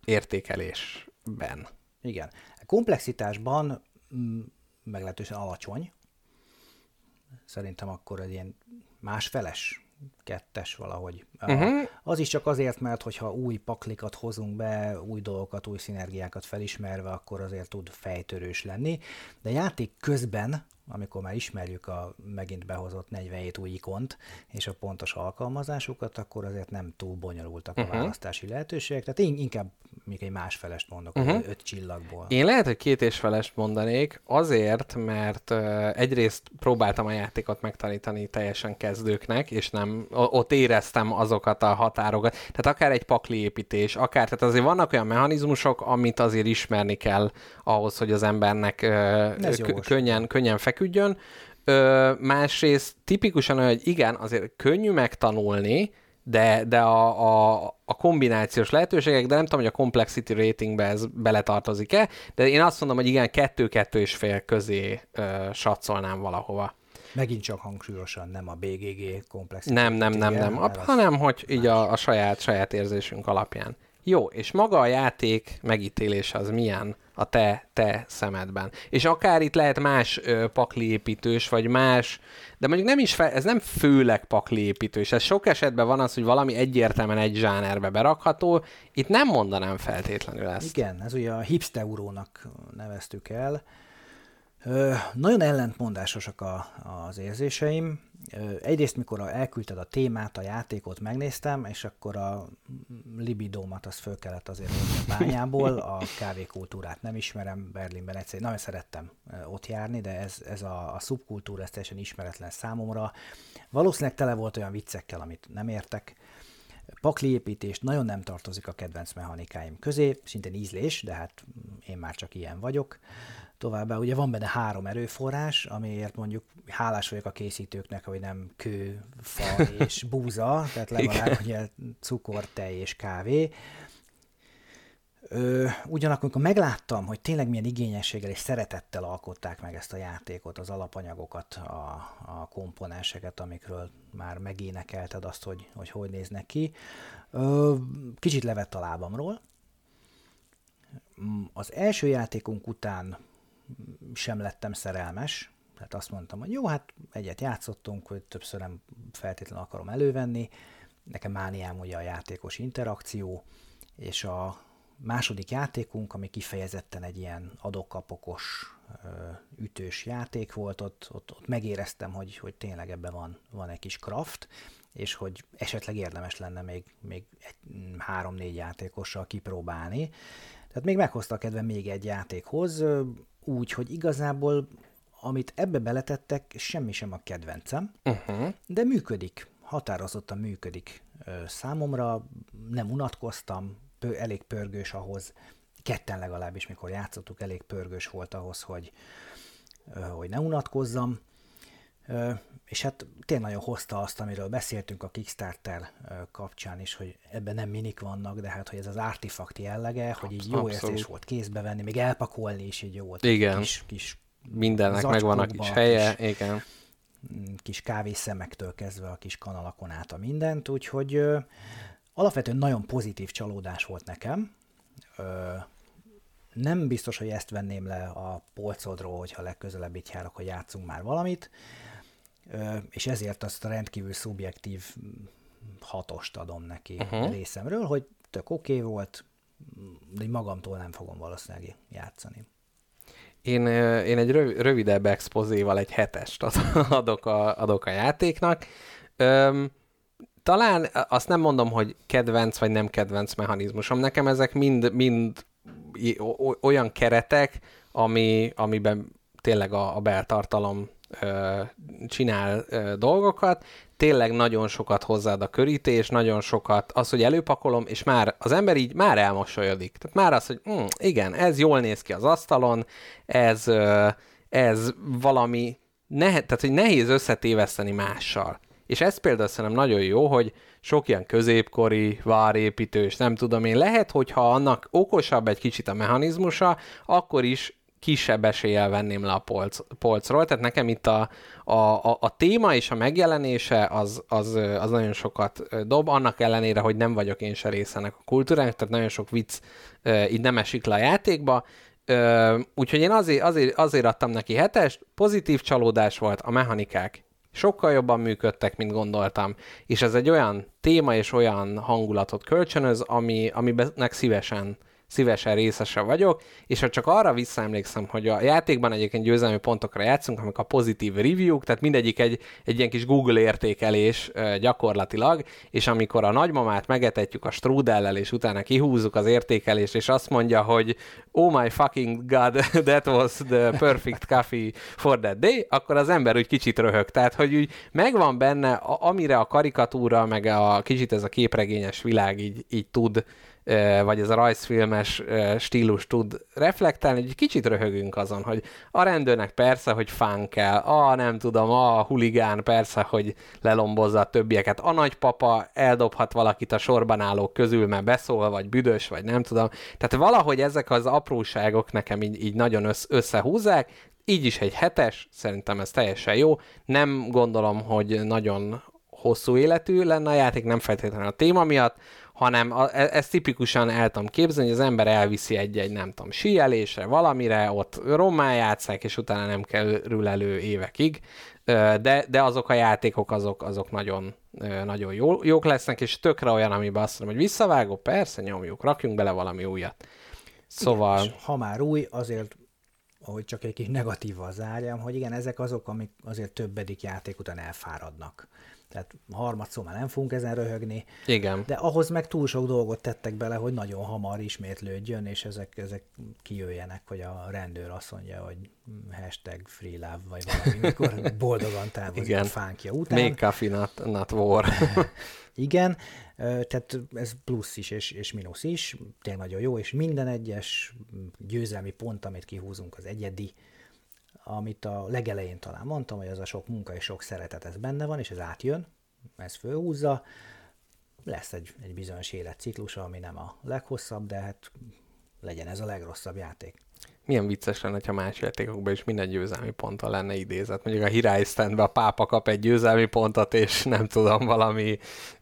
értékelésben. Igen. A komplexitásban meglehetősen alacsony. Szerintem akkor egy ilyen másfeles 2-es valahogy. Az is csak azért, mert hogyha új paklikat hozunk be, új dolgokat, új szinergiákat felismerve, akkor azért tud fejtörős lenni. De játék közben, amikor már ismerjük a megint behozott 47 új ikont és a pontos alkalmazásukat, akkor azért nem túl bonyolultak a választási lehetőségek. Tehát én inkább még egy másfelest mondok, 5 csillagból. Én lehet, hogy 2,5-est mondanék, azért, mert egyrészt próbáltam a játékot megtanítani teljesen kezdőknek, és nem, ott éreztem azokat a határokat. Tehát akár egy pakli építés, akár, tehát azért vannak olyan mechanizmusok, amit azért ismerni kell ahhoz, hogy az embernek könnyen feküdjön. Másrészt tipikusan olyan, hogy igen, azért könnyű megtanulni, de a kombinációs lehetőségek, de nem tudom, hogy a complexity ratingbe ez beletartozik-e, de én azt mondom, hogy igen, 2-2,5 közé satszolnám valahova. Megint csak hangsúlyosan nem a BGG complexity. Nem, hanem hogy így a saját érzésünk alapján. Jó, és maga a játék megítélése az milyen a te szemedben? És akár itt lehet más pakliépítős, vagy más, de mondjuk nem is ez nem főleg pakliépítős. Ez sok esetben van az, hogy valami egyértelműen egy zsánerbe berakható. Itt nem mondanám feltétlenül ezt. Igen, ez ugye a hipsteurónak neveztük el. Nagyon ellentmondásosak az érzéseim. Egyrészt, mikor elküldted a témát, a játékot megnéztem, és akkor a libidómat azt föl kellett azért hozni a bányából, a kávékultúrát nem ismerem, Berlinben egyszer, nagyon szerettem ott járni, de ez a szubkultúra, ez teljesen ismeretlen számomra. Valószínűleg tele volt olyan viccekkel, amit nem értek. Pakliépítés nagyon nem tartozik a kedvenc mechanikáim közé, szinte ízlés, de hát én már csak ilyen vagyok. Továbbá ugye van benne 3 erőforrás, amiért mondjuk hálás vagyok a készítőknek, hogy nem kő, fa és búza, tehát legalább ugye cukor, tej és kávé. Ugyanakkor, amikor megláttam, hogy tényleg milyen igényességgel és szeretettel alkották meg ezt a játékot, az alapanyagokat, a komponenseket, amikről már megénekelted azt, hogy néznek ki, kicsit levett a lábamról. Az első játékunk után sem lettem szerelmes, tehát azt mondtam, hogy jó, hát egyet játszottunk, hogy többször nem feltétlenül akarom elővenni. Nekem mániám ugye a játékos interakció, és a második játékunk, ami kifejezetten egy ilyen adok-kapokos, ütős játék volt, ott megéreztem, hogy tényleg ebben van egy kis craft, és hogy esetleg érdemes lenne még 3-4 játékossal kipróbálni. Tehát még meghozta a kedvem még egy játékhoz, úgy, hogy igazából amit ebbe beletettek, semmi sem a kedvencem, de működik, határozottan működik számomra, nem unatkoztam, elég pörgős ahhoz, ketten legalábbis, mikor játszottuk, elég pörgős volt ahhoz, hogy ne unatkozzam, és hát tényleg nagyon hozta azt, amiről beszéltünk a Kickstarter kapcsán is, hogy ebben nem minik vannak, de hát, hogy ez az artifakt jellege, hogy így jó érzés volt kézbe venni, még elpakolni is így jó volt. Igen. Kis mindennek megvan a kis helye, igen. Kis kávészemektől kezdve a kis kanalakon át a mindent, úgyhogy alapvetően nagyon pozitív csalódás volt nekem. Nem biztos, hogy ezt venném le a polcodról, hogyha legközelebb itt járok, hogy játszunk már valamit, és ezért azt a rendkívül szubjektív 6-ost adom neki részemről, hogy tök oké volt, de magamtól nem fogom valószínűleg játszani. Én egy rövidebb expozéval egy 7-est adok a játéknak. Talán azt nem mondom, hogy kedvenc vagy nem kedvenc mechanizmusom. Nekem ezek mind olyan keretek, amiben tényleg a beltartalom csinál dolgokat. Tényleg nagyon sokat hozzáad a körítés, nagyon sokat az, hogy előpakolom, és már az ember így már elmosolyodik. Tehát már az, hogy igen, ez jól néz ki az asztalon, ez valami, tehát hogy nehéz összetéveszteni mással. És ez például szerintem nagyon jó, hogy sok ilyen középkori várépítős, nem tudom én, lehet, hogyha annak okosabb egy kicsit a mechanizmusa, akkor is kisebb eséllyel venném le a polcról. Tehát nekem itt a téma és a megjelenése az nagyon sokat dob, annak ellenére, hogy nem vagyok én se része ennek a kultúrának, tehát nagyon sok vicc így nem esik le a játékba. Úgyhogy én azért adtam neki 7-est, pozitív csalódás volt, a mechanikák sokkal jobban működtek, mint gondoltam, és ez egy olyan téma és olyan hangulatot kölcsönöz, amiben szívesen részese vagyok, és ha csak arra visszaemlékszem, hogy a játékban egyébként győzelmi pontokra játszunk, amik a pozitív review-k, tehát mindegyik egy ilyen kis Google értékelés gyakorlatilag, és amikor a nagymamát megetetjük a strudellel, és utána kihúzzuk az értékelést, és azt mondja, hogy oh my fucking god, that was the perfect coffee for that day, akkor az ember úgy kicsit röhög. Tehát, hogy úgy megvan benne, amire a karikatúra, meg a kicsit ez a képregényes világ így tud, vagy ez a rajzfilmes stílus tud reflektálni, hogy kicsit röhögünk azon, hogy a rendőrnek persze, hogy fán kell, nem tudom, a huligán persze, hogy lelombozza a többieket, a nagypapa eldobhat valakit a sorban állók közül, mert beszól, vagy büdös, vagy nem tudom. Tehát valahogy ezek az apróságok nekem így nagyon összehúzzák, így is egy 7-es, szerintem ez teljesen jó. Nem gondolom, hogy nagyon hosszú életű lenne a játék, nem feltétlenül a téma miatt, hanem ezt tipikusan el tudom képzelni, hogy az ember elviszi egy nem tudom, síelésre, valamire, ott rommá játsszák, és utána nem kerül elő évekig, de azok a játékok, azok nagyon, nagyon jók lesznek, és tökre olyan, amiben azt mondom, hogy visszavágó, persze, nyomjuk, rakjunk bele valami újat. Szóval... Igen, ha már új, azért, ahogy csak egy kis negatívval zárjam, hogy igen, ezek azok, amik azért többedik játék után elfáradnak. Tehát harmadszor már nem fogunk ezen röhögni. Igen. De ahhoz meg túl sok dolgot tettek bele, hogy nagyon hamar ismétlődjön, és ezek kijöjjenek, hogy a rendőr azt mondja, hogy #freelove, vagy valami, mikor boldogan távozik a fánkja után. Make coffee, not war. Igen, tehát ez plusz is és mínusz is, tényleg nagyon jó, és minden egyes győzelmi pont, amit kihúzunk, az egyedi, amit a legelején talán mondtam, hogy az a sok munka és sok szeretet, ez benne van, és ez átjön, ez fölhúzza. Lesz egy bizonyos életciklusa, ami nem a leghosszabb, de hát legyen ez a legrosszabb játék. Milyen vicces lenne, ha más játékokban is minden győzelmi ponttal lenne idézet. Mondjuk a Hero Stand-ben a pápa kap egy győzelmi pontot, és nem tudom, valami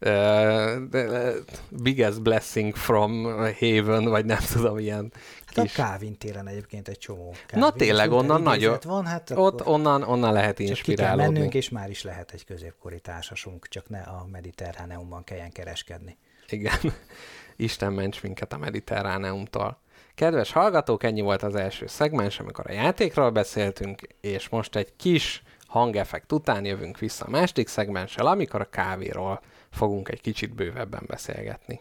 biggest blessing from heaven, vagy nem tudom, ilyen hát kis... a Calvin téren egyébként egy csomó Calvin. Na tényleg, onnan nagyon. Van, hát ott onnan lehet inspirálódni. Csak ki kell mennünk, és már is lehet egy középkori társasunk, csak ne a Mediterráneumban kelljen kereskedni. Igen. Isten ments minket a Mediterráneumtól. Kedves hallgatók, ennyi volt az első szegmens, amikor a játékról beszéltünk, és most egy kis hangeffekt után jövünk vissza a második szegmenssel, amikor a kávéról fogunk egy kicsit bővebben beszélgetni.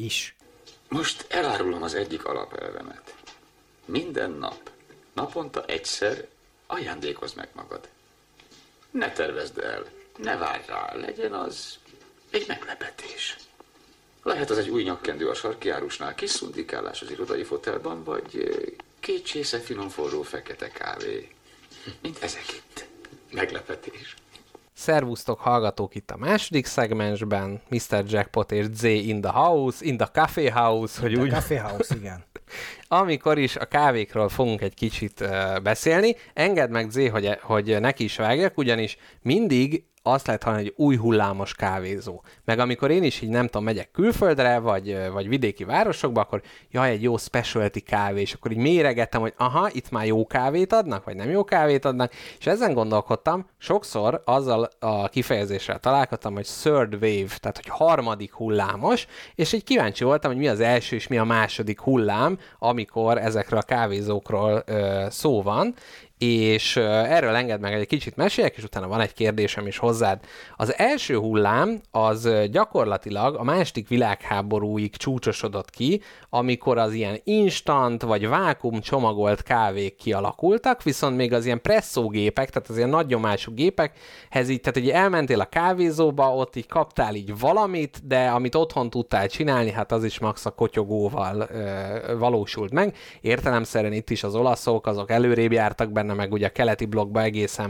Most elárulom az egyik alapelvemet. Minden nap, naponta egyszer ajándékozz meg magad. Ne tervezd el, ne várj rá, legyen az egy meglepetés. Lehet az egy új nyakkendő a sarki árusnál, kis szundikálás az irodai fotelban, vagy 2 csésze finom forró fekete kávé. Mint ezek itt. Meglepetés. Szervusztok, hallgatók, itt a második szegmensben, Mr. Jackpot és Z in the house, in the café house, hogy úgy... Café house, igen. Amikor is a kávékról fogunk egy kicsit beszélni. Engedd meg, Z, hogy neki is vágjak, ugyanis mindig azt lehet hallani, hogy új hullámos kávézó. Meg amikor én is így nem tudom, megyek külföldre, vagy vidéki városokba, akkor jaj, egy jó specialty kávé, és akkor így méregettem, hogy aha, itt már jó kávét adnak, vagy nem jó kávét adnak, és ezen gondolkodtam, sokszor azzal a kifejezéssel találkoztam, hogy third wave, tehát hogy harmadik hullámos, és így kíváncsi voltam, hogy mi az első és mi a második hullám, amikor ezekről a kávézókról szó van, és erről engedd meg egy kicsit meséljek, és utána van egy kérdésem is hozzád. Az első hullám az gyakorlatilag a második világháborúig csúcsosodott ki, amikor az ilyen instant vagy vákum csomagolt kávék kialakultak, viszont még az ilyen presszógépek, tehát az ilyen nagy nyomású gépekhez így, tehát hogy elmentél a kávézóba, ott így kaptál így valamit, de amit otthon tudtál csinálni, hát az is max a kotyogóval valósult meg. Értelemszerűen itt is az olaszok, azok előrébb jártak benne, meg ugye a keleti blokkban egészen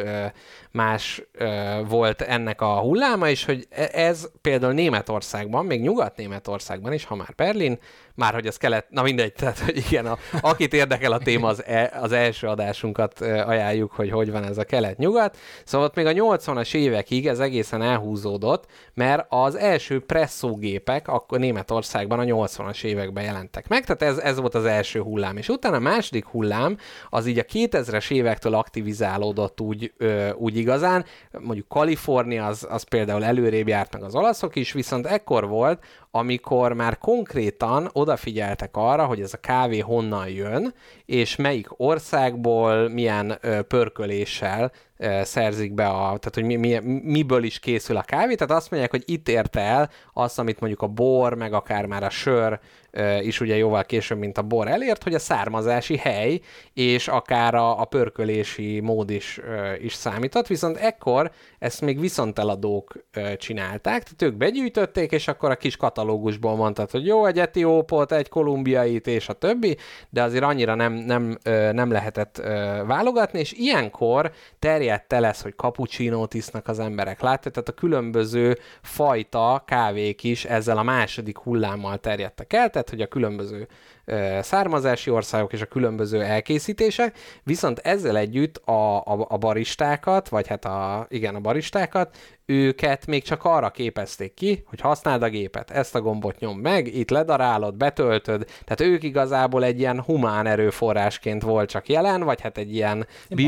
más volt ennek a hulláma, és hogy ez például Németországban, még Nyugat-Németországban is, ha már Berlin, már hogy az kelet, na mindegy, tehát hogy igen, akit érdekel a téma, az első adásunkat ajánljuk, hogy van ez a kelet-nyugat. Szóval ott még a 80-as évekig ez egészen elhúzódott, mert az első presszógépek akkor Németországban a 80-as években jelentek meg, tehát ez volt az első hullám. És utána a második hullám az így a 2000-es évektől aktivizálódott úgy igazán, mondjuk Kalifornia az például előrébb járt meg az olaszok is, viszont ekkor volt, amikor már konkrétan odafigyeltek arra, hogy ez a kávé honnan jön, és melyik országból, milyen pörköléssel szerzik be, tehát hogy miből is készül a kávé. Tehát azt mondják, hogy itt érte el azt, amit mondjuk a bor, meg akár már a sör is ugye jóval később, mint a bor elért, hogy a származási hely és akár a pörkölési mód is számított, viszont ekkor ezt még viszonteladók csinálták, tehát ők begyűjtötték, és akkor a kis katalógusból mondtad, hogy jó, egy etiópot, egy kolumbiait, és a többi, de azért annyira nem lehetett válogatni, és ilyenkor terjedt el ez, hogy cappuccinót isznak az emberek, látod? Tehát a különböző fajta kávék is ezzel a második hullámmal terjedtek el, tehát hogy a különböző származási országok és a különböző elkészítések, viszont ezzel együtt a baristákat, vagy hát a baristákat, őket még csak arra képezték ki, hogy használd a gépet, ezt a gombot nyomd meg, itt ledarálod, betöltöd, tehát ők igazából egy ilyen humán erőforrásként volt csak jelen, vagy hát egy ilyen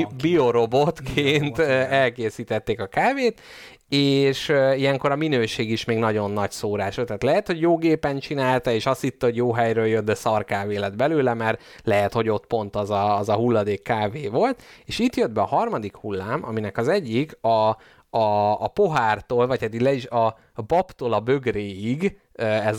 biorobotként elkészítették a kávét, és ilyenkor a minőség is még nagyon nagy szórás. Tehát lehet, hogy jó gépen csinálta, és azt hitte, hogy jó helyről jött, de szar kávé lett belőle, mert lehet, hogy ott pont az a hulladék kávé volt, és itt jött be a harmadik hullám, aminek az egyik a pohártól, vagy hát le is a babtól a bögréig, ez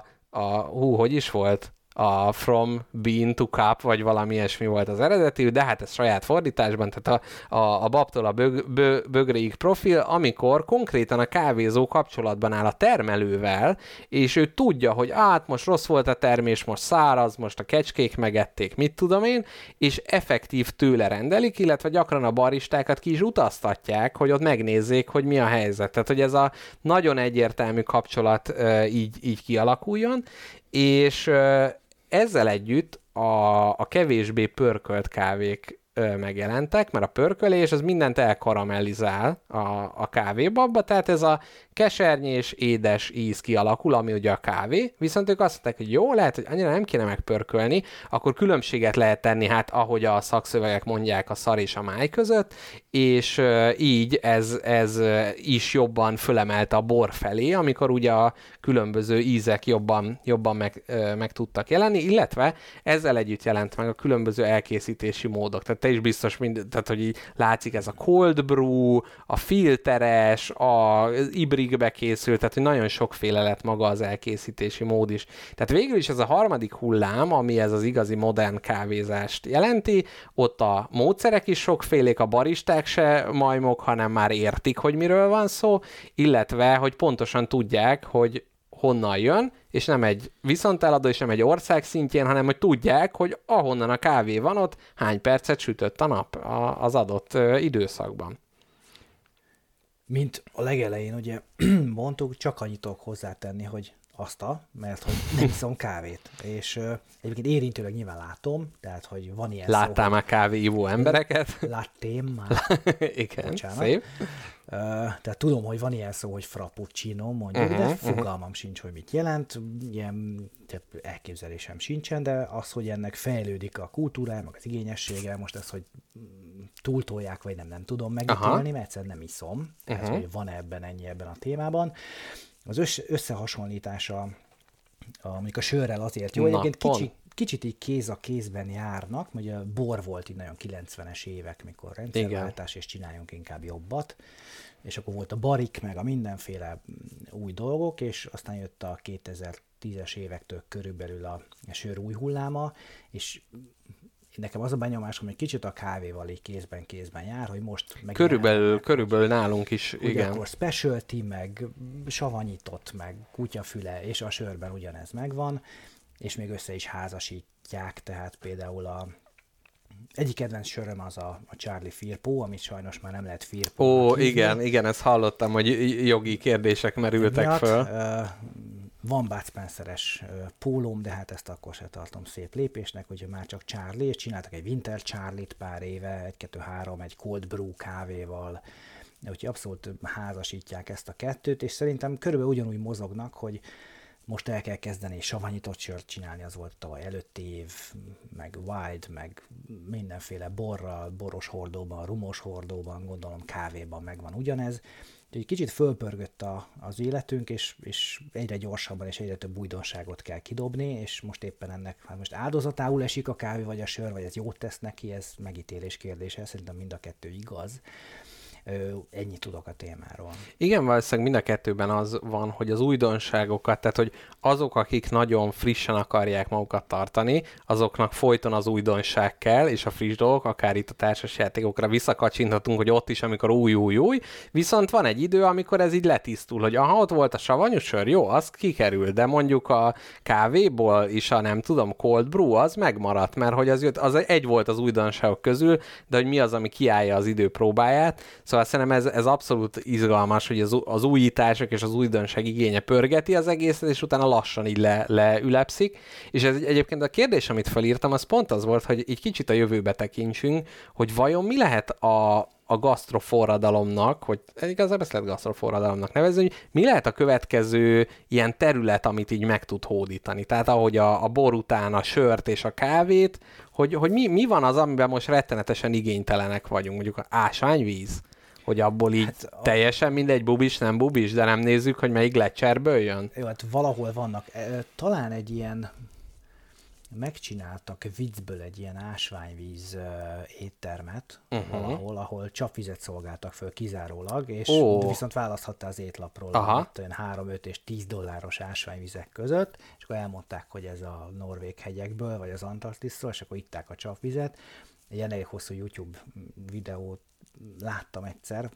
hogy is volt? A From Bean to Cup, vagy valami ilyesmi volt az eredetű, de hát ez saját fordításban, tehát a babtól a bögréig profil, amikor konkrétan a kávézó kapcsolatban áll a termelővel, és ő tudja, hogy most rossz volt a termés, most száraz, most a kecskék megették, mit tudom én, és effektív tőle rendelik, illetve gyakran a baristákat ki is utaztatják, hogy ott megnézzék, hogy mi a helyzet. Tehát, hogy ez a nagyon egyértelmű kapcsolat így kialakuljon, és ezzel együtt a kevésbé pörkölt kávék megjelentek, mert a pörkölés az mindent elkaramellizál a kávébabba, tehát ez a kesernyés, édes íz kialakul, ami ugye a kávé, viszont ők azt mondták, hogy jó, lehet, hogy annyira nem kéne megpörkölni, akkor különbséget lehet tenni, hát ahogy a szakszövegek mondják, a szar és a máj között, és így ez is jobban fölemelte a bor felé, amikor ugye a különböző ízek jobban meg tudtak jelenni, illetve ezzel együtt jelent meg a különböző elkészítési módok. Tehát te is biztos, tehát hogy így látszik ez a cold brew, a filteres, az ibrikbe készült, tehát hogy nagyon sokféle lett maga az elkészítési mód is. Tehát végül is ez a harmadik hullám, ami ez az igazi modern kávézást jelenti, ott a módszerek is sokfélék, a baristák se majmok, hanem már értik, hogy miről van szó, illetve, hogy pontosan tudják, hogy honnan jön, és nem egy viszonteladó, és nem egy ország szintjén, hanem hogy tudják, hogy ahonnan a kávé van, ott hány percet sütött a nap az adott időszakban. Mint a legelején ugye mondtuk, csak annyit tudok hozzátenni, hogy mert hogy nem iszom kávét. És egyébként érintőleg nyilván látom, tehát hogy van ilyen Láttál már kávéívó embereket? Láttam már. Igen, bocsánat. szép. Tehát tudom, hogy van ilyen szó, hogy frappuccino, mondjuk, de fogalmam sincs, hogy mit jelent, ilyen elképzelésem sincsen, de az, hogy ennek fejlődik a kultúrája, meg az igényessége, most ez, hogy túltolják, vagy nem tudom megítélni, mert egyszerűen nem iszom, tehát, hogy van ebben a témában. Az összehasonlítása amik a sörrel azért jó, egyébként kicsit így kéz a kézben járnak, ugye a bor volt így nagyon 90-es évek, mikor rendszerváltás, és csináljunk inkább jobbat, és akkor volt a barik, meg a mindenféle új dolgok, és aztán jött a 2010-es évektől körülbelül a sör új hulláma, és nekem az a benyomásom, hogy kicsit a kávéval így kézben jár, hogy most... Körülbelül nálunk is, igen. Akkor specialty, meg savanyított, meg kutyafüle, és a sörben ugyanez megvan, és még össze is házasítják, tehát például egyik kedvenc söröm az a Charlie Firpo, amit sajnos már nem lehet Firpo. Igen, ezt hallottam, hogy jogi kérdések merültek föl. van Bud Spencer-es pólóm, de hát ezt akkor se tartom szép lépésnek, úgyhogy már csak Charlie, és csináltak egy Winter Charlie-t pár éve, 1-2-3, egy Cold Brew kávéval, úgyhogy abszolút házasítják ezt a kettőt, és szerintem körülbelül ugyanúgy mozognak, hogy most el kell kezdeni savanyított sört csinálni, az volt tavaly előtti év, meg wild, meg mindenféle borral, boros hordóban, rumos hordóban, gondolom kávéban megvan ugyanez. Úgyhogy kicsit fölpörgött az életünk, és egyre gyorsabban és egyre több újdonságot kell kidobni, és most éppen ennek, hát most áldozatául esik a kávé vagy a sör, vagy ez jót tesz neki, ez megítélés kérdése, szerintem mind a kettő igaz. Ennyit tudok a témáról. Igen, valószínűleg mind a kettőben az van, hogy az újdonságokat, tehát hogy azok, akik nagyon frissen akarják magukat tartani, azoknak folyton az újdonság kell, és a friss dolgok, akár itt a társasjátékokra visszakacsinthatunk, hogy ott is, amikor új, viszont van egy idő, amikor ez így letisztul, hogy aha, ott volt a savanyú sör, jó, az kikerül, de mondjuk a kávéból is a nem tudom, cold brew, az megmaradt, mert hogy az egy volt az újdonságok közül, de hogy mi az, ami kiállja az idő próbáját. Szóval szerintem ez abszolút izgalmas, hogy az újítások és az újdonság igénye pörgeti az egészet, és utána lassan így leülepszik. És ez egyébként a kérdés, amit felírtam, az pont az volt, hogy így kicsit a jövőbe tekintsünk, hogy vajon mi lehet a gasztroforradalomnak, hogy igazából ezt lehet gasztroforradalomnak nevezni, hogy mi lehet a következő ilyen terület, amit így meg tud hódítani. Tehát ahogy a bor után a sört és a kávét, hogy mi van az, amiben most rettenetesen igénytelenek vagyunk, mondjuk ásványvíz, hogy abból így teljesen mindegy, bubis, nem bubis, de nem nézzük, hogy melyik lecserből jön. Jó, hát valahol vannak. Talán egy ilyen megcsináltak viccből egy ilyen ásványvíz éttermet valahol, ahol csapvizet szolgáltak föl kizárólag, és viszont választhatta az étlapról olyan 3-5 és $10 ásványvizek között, és akkor elmondták, hogy ez a norvég hegyekből, vagy az Antarktisztól, és akkor itták a csapvizet. Egy elég hosszú YouTube videót láttam egyszer,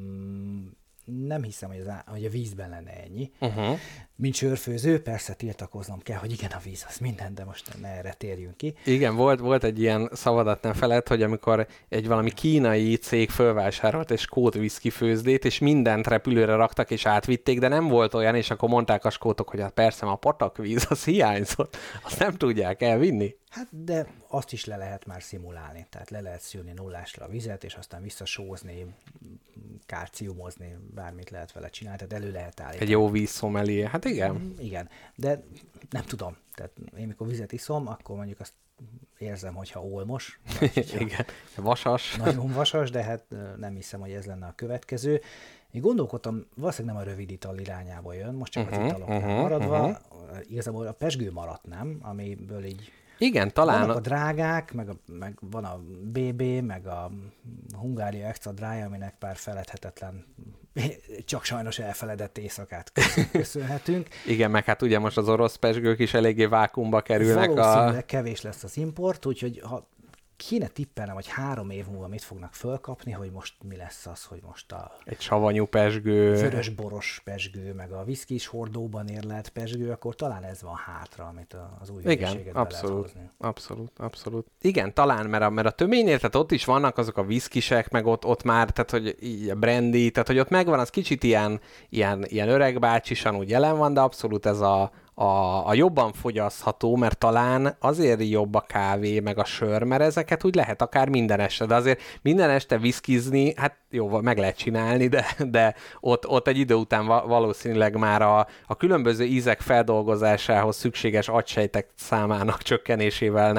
nem hiszem, hogy a vízben lenne ennyi. Mint sörfőző, persze tiltakoznom kell, hogy igen, a víz az minden, de most ne erre térjünk ki. Igen, volt egy ilyen szavadat nem felett, hogy amikor egy valami kínai cég fölvásárolt egy skót whisky főzdét, és mindent repülőre raktak és átvitték, de nem volt olyan, és akkor mondták a skótok, hogy hát persze, a patakvíz az hiányzott, azt nem tudják elvinni. Hát, de azt is le lehet már szimulálni, tehát le lehet szülni nullásra a vizet, és aztán visszasózni, kálciumozni, bármit lehet vele csinálni, tehát elő lehet állítani. Egy jó vízszomelié, hát igen. Igen, de nem tudom, tehát én mikor vizet iszom, akkor mondjuk azt érzem, hogyha olmos. Igen, vasas. Nagyon vasas, de hát nem hiszem, hogy ez lenne a következő. Én gondolkodtam, valószínűleg nem a rövid ital irányába jön, most csak az italoknál maradva. Igazából a pezsgő maradt, nem? Amiből így igen, talán... Vannak a drágák, meg van a BB, meg a Hungária Extra Dry, aminek pár feledhetetlen, csak sajnos elfeledett éjszakát köszönhetünk. Igen, meg hát ugye most az orosz pezsgők is eléggé vákuumba kerülnek. Valószínűleg kevés lesz az import, úgyhogy ha kéne tippelnem, hogy 3 év múlva mit fognak fölkapni, hogy most mi lesz az, hogy most egy savanyú pezsgő, vörösboros pezsgő, meg a viszkis hordóban érlelt pezsgő, akkor talán ez van hátra, amit az új hülyeséget be lehet hozni. Abszolút. Igen, talán, mert a töménynél, tehát ott is vannak azok a viszkisek, meg ott már, tehát hogy így a brandy, tehát hogy ott megvan, az kicsit ilyen öregbácsisan úgy jelen van, de abszolút ez a jobban fogyasztható, mert talán azért jobb a kávé, meg a sör, mert ezeket úgy lehet akár minden este, de azért minden este viszkizni, hát jó, meg lehet csinálni, de ott egy idő után valószínűleg már a különböző ízek feldolgozásához szükséges agysejtek számának csökkenésével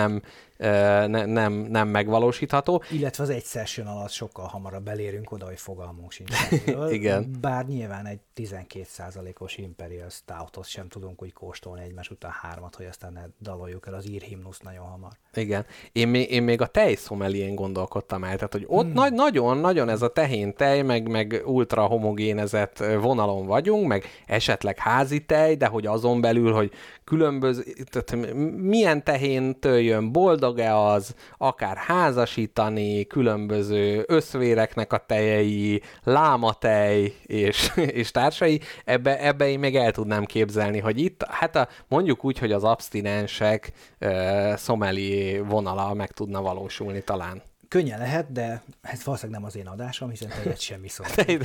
nem megvalósítható. Illetve az egy session alatt sokkal hamarabb elérünk oda, hogy fogalmunk sincs. Igen. Bár nyilván egy 12%-os Imperial Stoutot sem tudunk úgy kóstolni egymás után 3-at, hogy aztán ne daloljuk el az írhimnuszt nagyon hamar. Igen. Én még a tejszomelién gondolkodtam el, tehát hogy ott nagyon-nagyon ez a tehén tej, meg ultra homogénezett vonalon vagyunk, meg esetleg házi tej, de hogy azon belül, hogy különböző, tehát milyen tehéntől jön, boldog-e az, akár házasítani, különböző összvéreknek a tejei, lámatej és társai, ebbe én még el tudnám képzelni, hogy itt, hát mondjuk úgy, hogy az abstinensek sommelier vonala meg tudna valósulni talán. Könnyen lehet, de ez valószínűleg nem az én adásom, hiszen tejet sem iszom.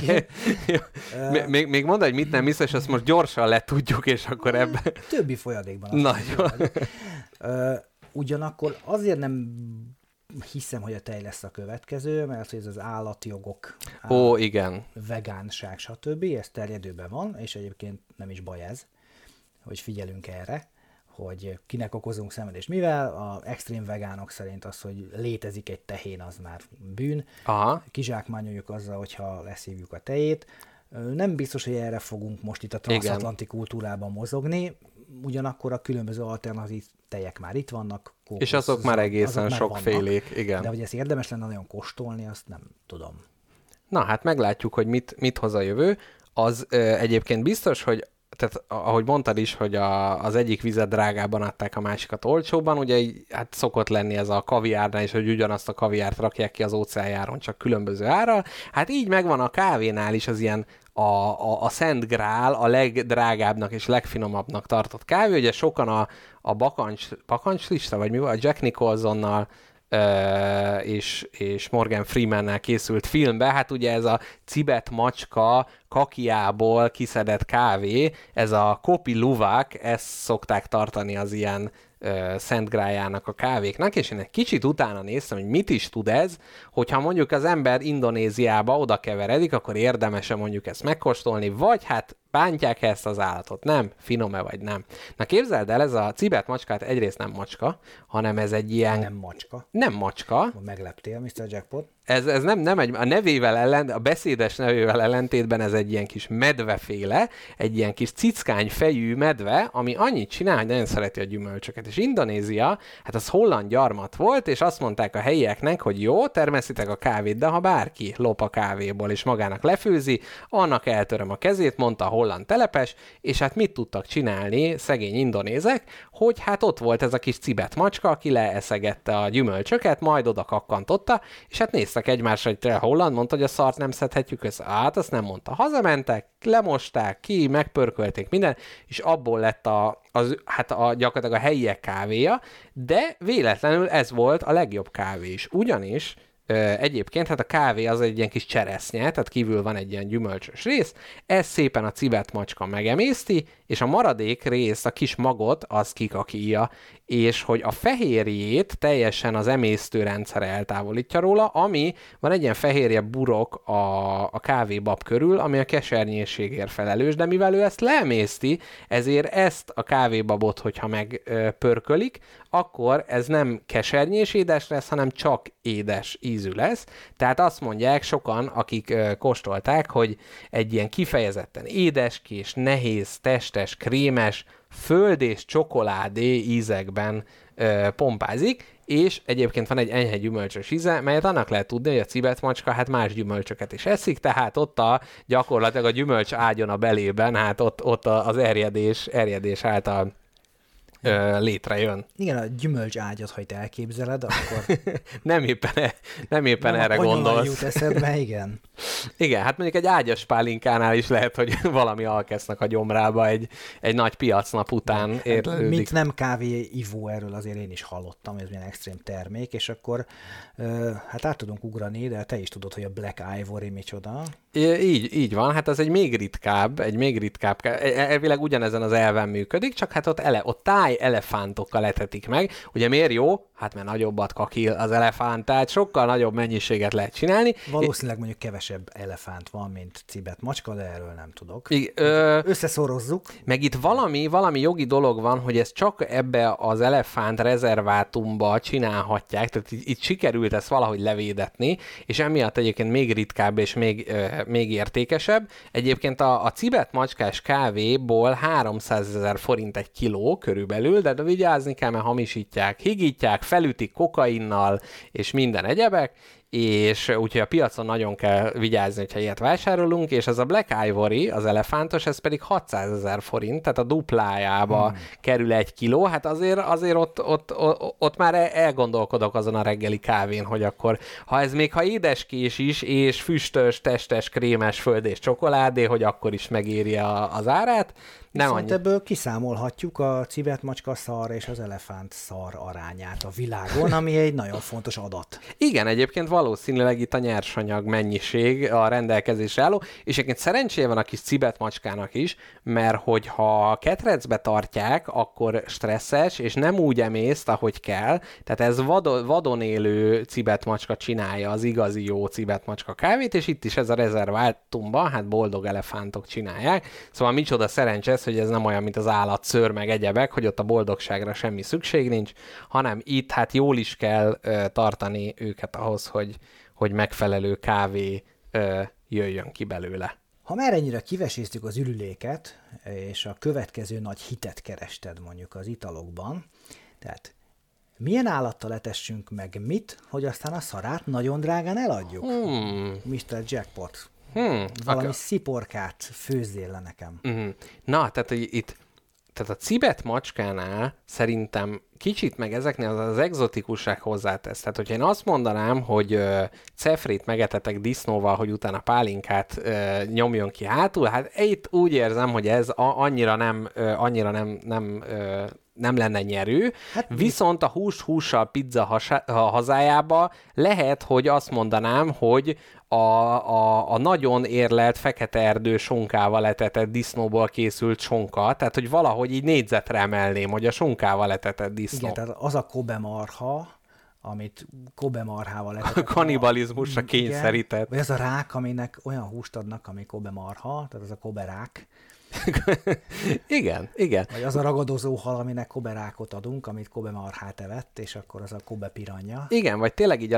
Még mondd, hogy mit nem isz, és azt most gyorsan letudjuk, és akkor ebben... Többi folyadékban. Nagyon. Ugyanakkor azért nem hiszem, hogy a tej lesz a következő, mert ez az állatjogok, igen. vegánság, stb. Ez terjedőben van, és egyébként nem is baj ez, hogy figyelünk erre, hogy kinek okozunk szenvedést. Mivel a extrém vegánok szerint az, hogy létezik egy tehén, az már bűn. Aha. Kizsákmányoljuk azzal, hogyha leszívjuk a tejét. Nem biztos, hogy erre fogunk most itt a transatlanti kultúrában mozogni, ugyanakkor a különböző alternatív tejek már itt vannak. És azok már egészen sokfélék, igen. De hogy ezt érdemes lenne nagyon kóstolni, azt nem tudom. Na, hát meglátjuk, hogy mit hoz a jövő. Az egyébként biztos, hogy tehát ahogy mondtad is, hogy az egyik vizet drágában adták, a másikat olcsóban, ugye hát szokott lenni ez a kaviárnál is, hogy ugyanazt a kaviárt rakják ki az óceánjáron, csak különböző árral. Hát így megvan a kávénál is az ilyen a Szent Grál, a legdrágábbnak és legfinomabbnak tartott kávé. Ugye sokan a bakancslista, vagy mi volt, a Jack Nicholsonnal és Morgan Freemannel készült filmbe, hát ugye ez a cibet macska kakiából kiszedett kávé, ez a Kopi Luwak, ezt szokták tartani az ilyen Szent Grájának a kávéknak, és én egy kicsit utána néztem, hogy mit is tud ez, hogyha mondjuk az ember Indonéziába oda keveredik, akkor érdemes-e mondjuk ezt megkóstolni, vagy hát bántják ezt az állatot, nem? Finom-e vagy nem? Na képzeld el, ez a cibet macskát egyrészt nem macska, hanem ez egy ilyen... Nem macska. Nem macska. Megleptél, Mr. Jackpot. Ez nem egy, a nevével a beszédes nevével ellentétben ez egy ilyen kis medveféle, egy ilyen kis cickány fejű medve, ami annyit csinál, hogy nagyon szereti a gyümölcsöket. És Indonézia, hát az holland gyarmat volt, és azt mondták a helyieknek, hogy jó, termesztitek a kávét, de ha bárki lop a kávéból és magának lefőzi, annak eltöröm a kezét, mondta a holland telepes, és hát mit tudtak csinálni szegény indonézek, hogy hát ott volt ez a kis cibet macska, aki leeszegette a gyümölcsöket, majd oda kakkantotta, és hát néztek egymásra, hogy te holland mondta, hogy a szart nem szedhetjük össze. Hát azt nem mondta. Hazamentek, lemosták ki, megpörkölték minden, és abból lett gyakorlatilag a helyiek kávéja, de véletlenül ez volt a legjobb kávé is. Ugyanis egyébként hát a kávé az egy ilyen kis cseresznye, tehát kívül van egy ilyen gyümölcsös rész, ez szépen a cibet macska megemészti, és a maradék rész, a kis magot, az kikakíja, és hogy a fehérjét teljesen az emésztőrendszere eltávolítja róla, ami van egy ilyen fehérje burok a kávébab körül, ami a kesernyésségért felelős, de mivel ő ezt leemészti, ezért ezt a kávébabot, hogyha megpörkölik, akkor ez nem kesernyés édes lesz, hanem csak édes ízű lesz. Tehát azt mondják sokan, akik kóstolták, hogy egy ilyen kifejezetten édeskés, nehéz, testes, krémes, föld és csokoládé ízekben pompázik, és egyébként van egy enyhe gyümölcsös íze, melyet annak lehet tudni, hogy a cibet macska hát más gyümölcsöket is eszik, tehát ott gyakorlatilag a gyümölcs ágyon a belében, hát ott az erjedés által létrejön. Igen, a gyümölcs ágyat, ha itt elképzeled, akkor... nem éppen erre gondolsz. Jut eszedbe, igen. Igen, hát mondjuk egy ágyas pálinkánál is lehet, hogy valami alkesznek a gyomrába egy nagy piacnap után érlelődik. Mint nem kávé ivó, erről azért én is hallottam, ez milyen extrém termék, és akkor hát át tudunk ugrani, de te is tudod, hogy a Black Ivory micsoda. Így van, hát ez egy még ritkább, elvileg ugyanezen az elven működik, csak hát ott elefántokkal etetik meg. Ugye miért jó? Hát mert nagyobbat kakil az elefánt, tehát sokkal nagyobb mennyiséget lehet csinálni. Valószínűleg mondjuk kevesebb elefánt van, mint cibet macska, de erről nem tudok. Összeszorozzuk. Meg itt valami jogi dolog van, hogy ezt csak ebbe az elefánt rezervátumba csinálhatják, tehát itt sikerült ezt valahogy levédetni, és emiatt egyébként még ritkább és még értékesebb. Egyébként a cibet macskás kávéból 300 000 forint egy kiló körülbelül, de vigyázni kell, mert hamisítják, higítják, felütik kokainnal és minden egyebek, és úgyhogy a piacon nagyon kell vigyázni, hogyha ilyet vásárolunk, és ez a Black Ivory, az elefántos, ez pedig 600 000 forint, tehát a duplájába kerül 1 kiló, hát azért ott már elgondolkodok azon a reggeli kávén, hogy akkor, ha édeskés is, és füstös, testes, krémes föld és csokoládé, hogy akkor is megéri az árát. Viszont ebből kiszámolhatjuk a civetmacska szar és az elefánt szar arányát a világon, ami egy nagyon fontos adat. Igen, egyébként valószínűleg itt a nyersanyag mennyiség a rendelkezésre álló, és egyébként szerencséje van a kis cibetmacskának is, mert hogyha ketrecbe tartják, akkor stresszes, és nem úgy emészt, ahogy kell, tehát ez vadon élő cibetmacska csinálja az igazi jó cibetmacska kávét, és itt is ez a rezervátumban, hát boldog elefántok csinálják, szóval micsoda szerencsés, hogy ez nem olyan, mint az állatszőr, meg egyebek, hogy ott a boldogságra semmi szükség nincs, hanem itt hát jól is kell tartani őket ahhoz, hogy megfelelő kávé jöjjön ki belőle. Ha már ennyire kiveséztük az ürüléket, és a következő nagy hitet kerested mondjuk az italokban, tehát milyen állattal etessünk meg mit, hogy aztán a szarát nagyon drágán eladjuk? Mr. Jackpot. Valami sziporkát főzzél le nekem. Na, tehát itt tehát a cibetmacskánál szerintem kicsit meg ezeknél az egzotikusság hozzátesz. Tehát, hogyha én azt mondanám, hogy cefrét megetetek disznóval, hogy utána pálinkát nyomjon ki hátul, hát itt úgy érzem, hogy ez annyira nem lenne nyerő, hát viszont a hússal pizza hazájába lehet, hogy azt mondanám, hogy a nagyon érlelt fekete erdő sonkával etetett disznóból készült sonka, tehát hogy valahogy így négyzetre emelném, hogy a sonkával etetett disznó. Igen, tehát az a Kobe marha, amit Kobe marhával etetett. A kanibalizmusra kényszerített. Vagy az a rák, aminek olyan húst adnak, ami Kobe marha, tehát az a Kobe rák. Igen. Vagy az a ragadozó hal, aminek Kobe rákot adunk, amit Kobe marhát evett, és akkor az a Kobe piranya. Igen, vagy tényleg így a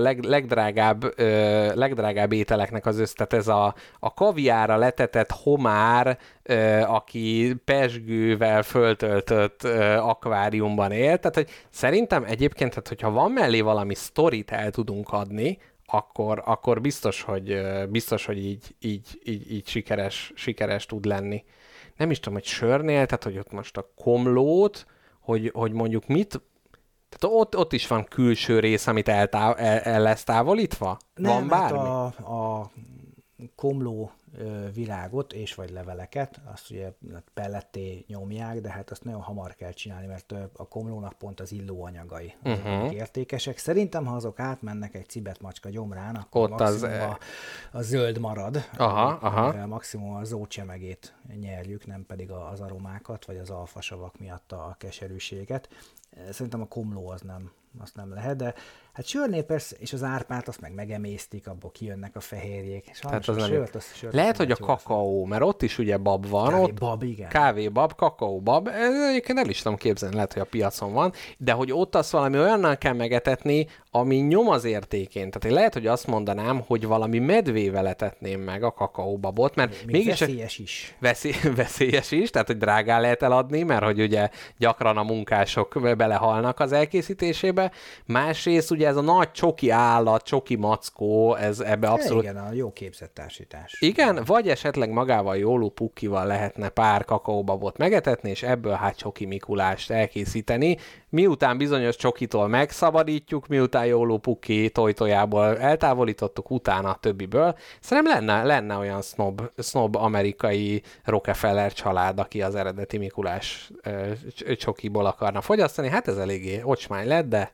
legdrágább ételeknek az tehát ez a kaviára letetett homár, aki pezsgővel föltöltött akváriumban él. Tehát, hogy szerintem egyébként, tehát, hogyha van mellé valami sztorit el tudunk adni, akkor biztos, hogy így sikeres tud lenni. Nem is tudom, hogy sörnél, tehát hogy ott most a komlót, hogy mondjuk mit, tehát ott is van külső rész, amit el lesz távolítva? Nem, van bármi? Hát a komló virágot és vagy leveleket, azt ugye pelletté nyomják, de hát azt nagyon hamar kell csinálni, mert a komlónak pont az illóanyagai értékesek. Szerintem, ha azok átmennek egy cibetmacska gyomrán, akkor ott maximum a zöld marad, maximum a zócsemegét nyerjük, nem pedig az aromákat, vagy az alfasavak miatt a keserűséget. Szerintem a komló azt nem lehet, de hát sörnél persze, és az árpát azt meg megemésztik, abból kijönnek a fehérjék. Tehát az lehet, hogy a kakaó, mert ott is ugye bab van. Kávébab, igen. Kávébab, kakaóbab, egyébként el is tudom képzelni, lehet, hogy a piacon van, de hogy ott azt valami olyannal kell megetetni, ami nyom az értékén. Tehát én lehet, hogy azt mondanám, hogy valami medvével etetném meg a kakaóbabot, mert mégis veszélyes is. Veszélyes is, tehát hogy drágán lehet eladni, mert hogy ugye gyakran a munkások belehalnak az elkészítésébe. Másrészt ugye ez a nagy csoki állat, csoki mackó, ez ebbe abszolút... Igen, a jó képzett társítás. Igen, vagy esetleg magával Jóló Pukkival lehetne pár kakaóbabot megetetni, és ebből hát csoki Mikulást elkészíteni. Miután bizonyos csokitól megszabadítjuk, miután Jóló Pukki tojtójából eltávolítottuk, utána a többiből. Szerintem lenne olyan snob amerikai Rockefeller család, aki az eredeti Mikulás csokiból akarna fogyasztani. Hát ez eléggé ocsmány lett, de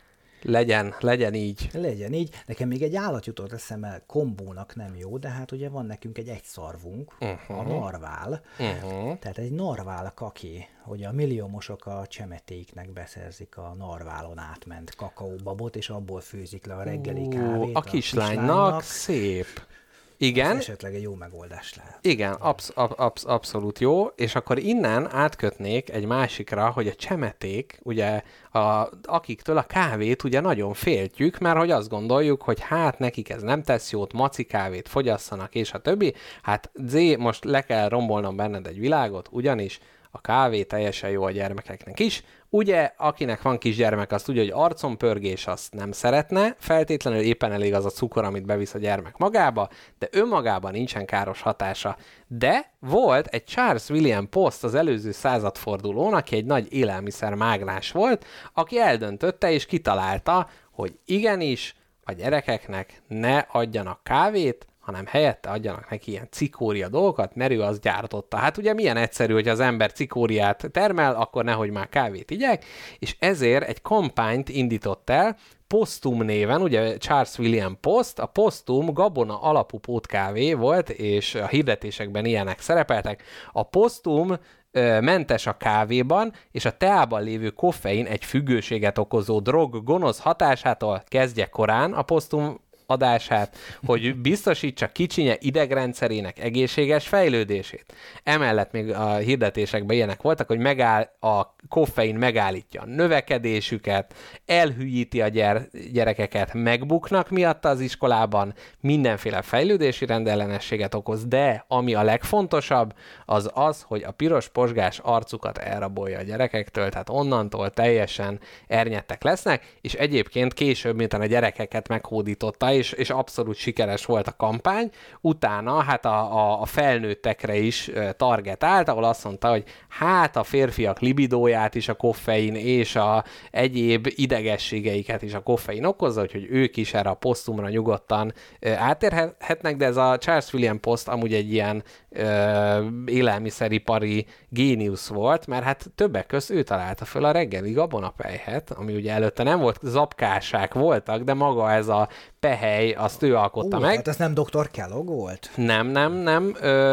legyen így. Legyen így. Nekem még egy állat jutott eszembe, kombónak nem jó, de hát ugye van nekünk egy egyszarvunk, a narvál. Tehát egy narvál kaki, hogy a milliómosok a csemetéiknek beszerzik a narválon átment kakaóbabot, és abból főzik le a reggeli kávét. A kislánynak szép. Igen. Ez esetleg egy jó megoldás lehet. Igen, abszolút jó, és akkor innen átkötnék egy másikra, hogy a csemeték, ugye akiktől a kávét ugye nagyon féltjük, mert hogy azt gondoljuk, hogy hát nekik ez nem tesz jót, maci kávét fogyasszanak, és a többi. Hát most le kell rombolnom benned egy világot, ugyanis a kávé teljesen jó a gyermekeknek is. Ugye, akinek van kisgyermek, azt tudja, hogy arcompörgés azt nem szeretne, feltétlenül éppen elég az a cukor, amit bevisz a gyermek magába, de önmagában nincsen káros hatása. De volt egy Charles William Post az előző századfordulón, aki egy nagy élelmiszermágnás volt, aki eldöntötte és kitalálta, hogy igenis a gyerekeknek ne adjanak kávét, hanem helyette adjanak neki ilyen cikória dolgokat, mert ő azt gyártotta. Hát ugye milyen egyszerű, hogy az ember cikóriát termel, akkor nehogy már kávét igyek, és ezért egy kampányt indított el, Postum néven, ugye Charles William Post, a Postum gabona alapú pótkávé volt, és a hirdetésekben ilyenek szerepeltek. A Postum mentes a kávéban, és a teában lévő koffein egy függőséget okozó drog gonosz hatásától kezdje korán a Postum adását, hogy biztosítsa kicsinye idegrendszerének egészséges fejlődését. Emellett még a hirdetésekben ilyenek voltak, hogy a koffein megállítja a növekedésüket, elhűíti a gyerekeket, megbuknak miatta az iskolában, mindenféle fejlődési rendellenességet okoz, de ami a legfontosabb, az az, hogy a piros posgás arcukat elrabolja a gyerekektől, tehát onnantól teljesen ernyedtek lesznek, és egyébként később, miután a gyerekeket meghódította, és abszolút sikeres volt a kampány. Utána hát a felnőttekre is targetált, ahol azt mondta, hogy hát a férfiak libidóját is a koffein és a egyéb idegességeiket is a koffein okozza, úgyhogy ők is erre a Postumra nyugodtan átérhetnek, de ez a Charles William Post amúgy egy ilyen élelmiszeripari géniusz volt, mert hát többek közt ő találta föl a reggeli gabonapelyhet, ami ugye előtte nem volt, zapkásák voltak, de maga ez a pehely, azt ő alkotta meg. Hát ez nem Dr. Kellogg volt? Nem.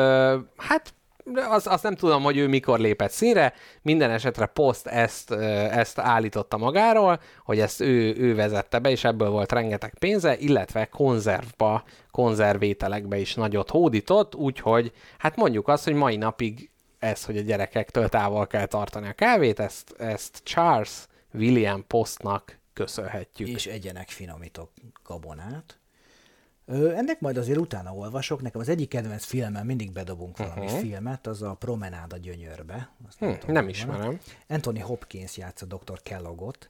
Hát azt nem tudom, hogy ő mikor lépett színre, minden esetre Post ezt állította magáról, hogy ezt ő vezette be, és ebből volt rengeteg pénze, illetve konzervételekbe is nagyot hódított, úgyhogy hát mondjuk azt, hogy mai napig ez, hogy a gyerekektől távol kell tartani a kávét, ezt Charles William Postnak köszönhetjük. És egyenek finomítok gabonát. Ennek majd azért utána olvasok. Nekem az egyik kedvenc filmmel mindig bedobunk valami filmet, az a Promenád a gyönyörbe. Nem ismerem. Anthony Hopkins játsza Dr. Kelloggot,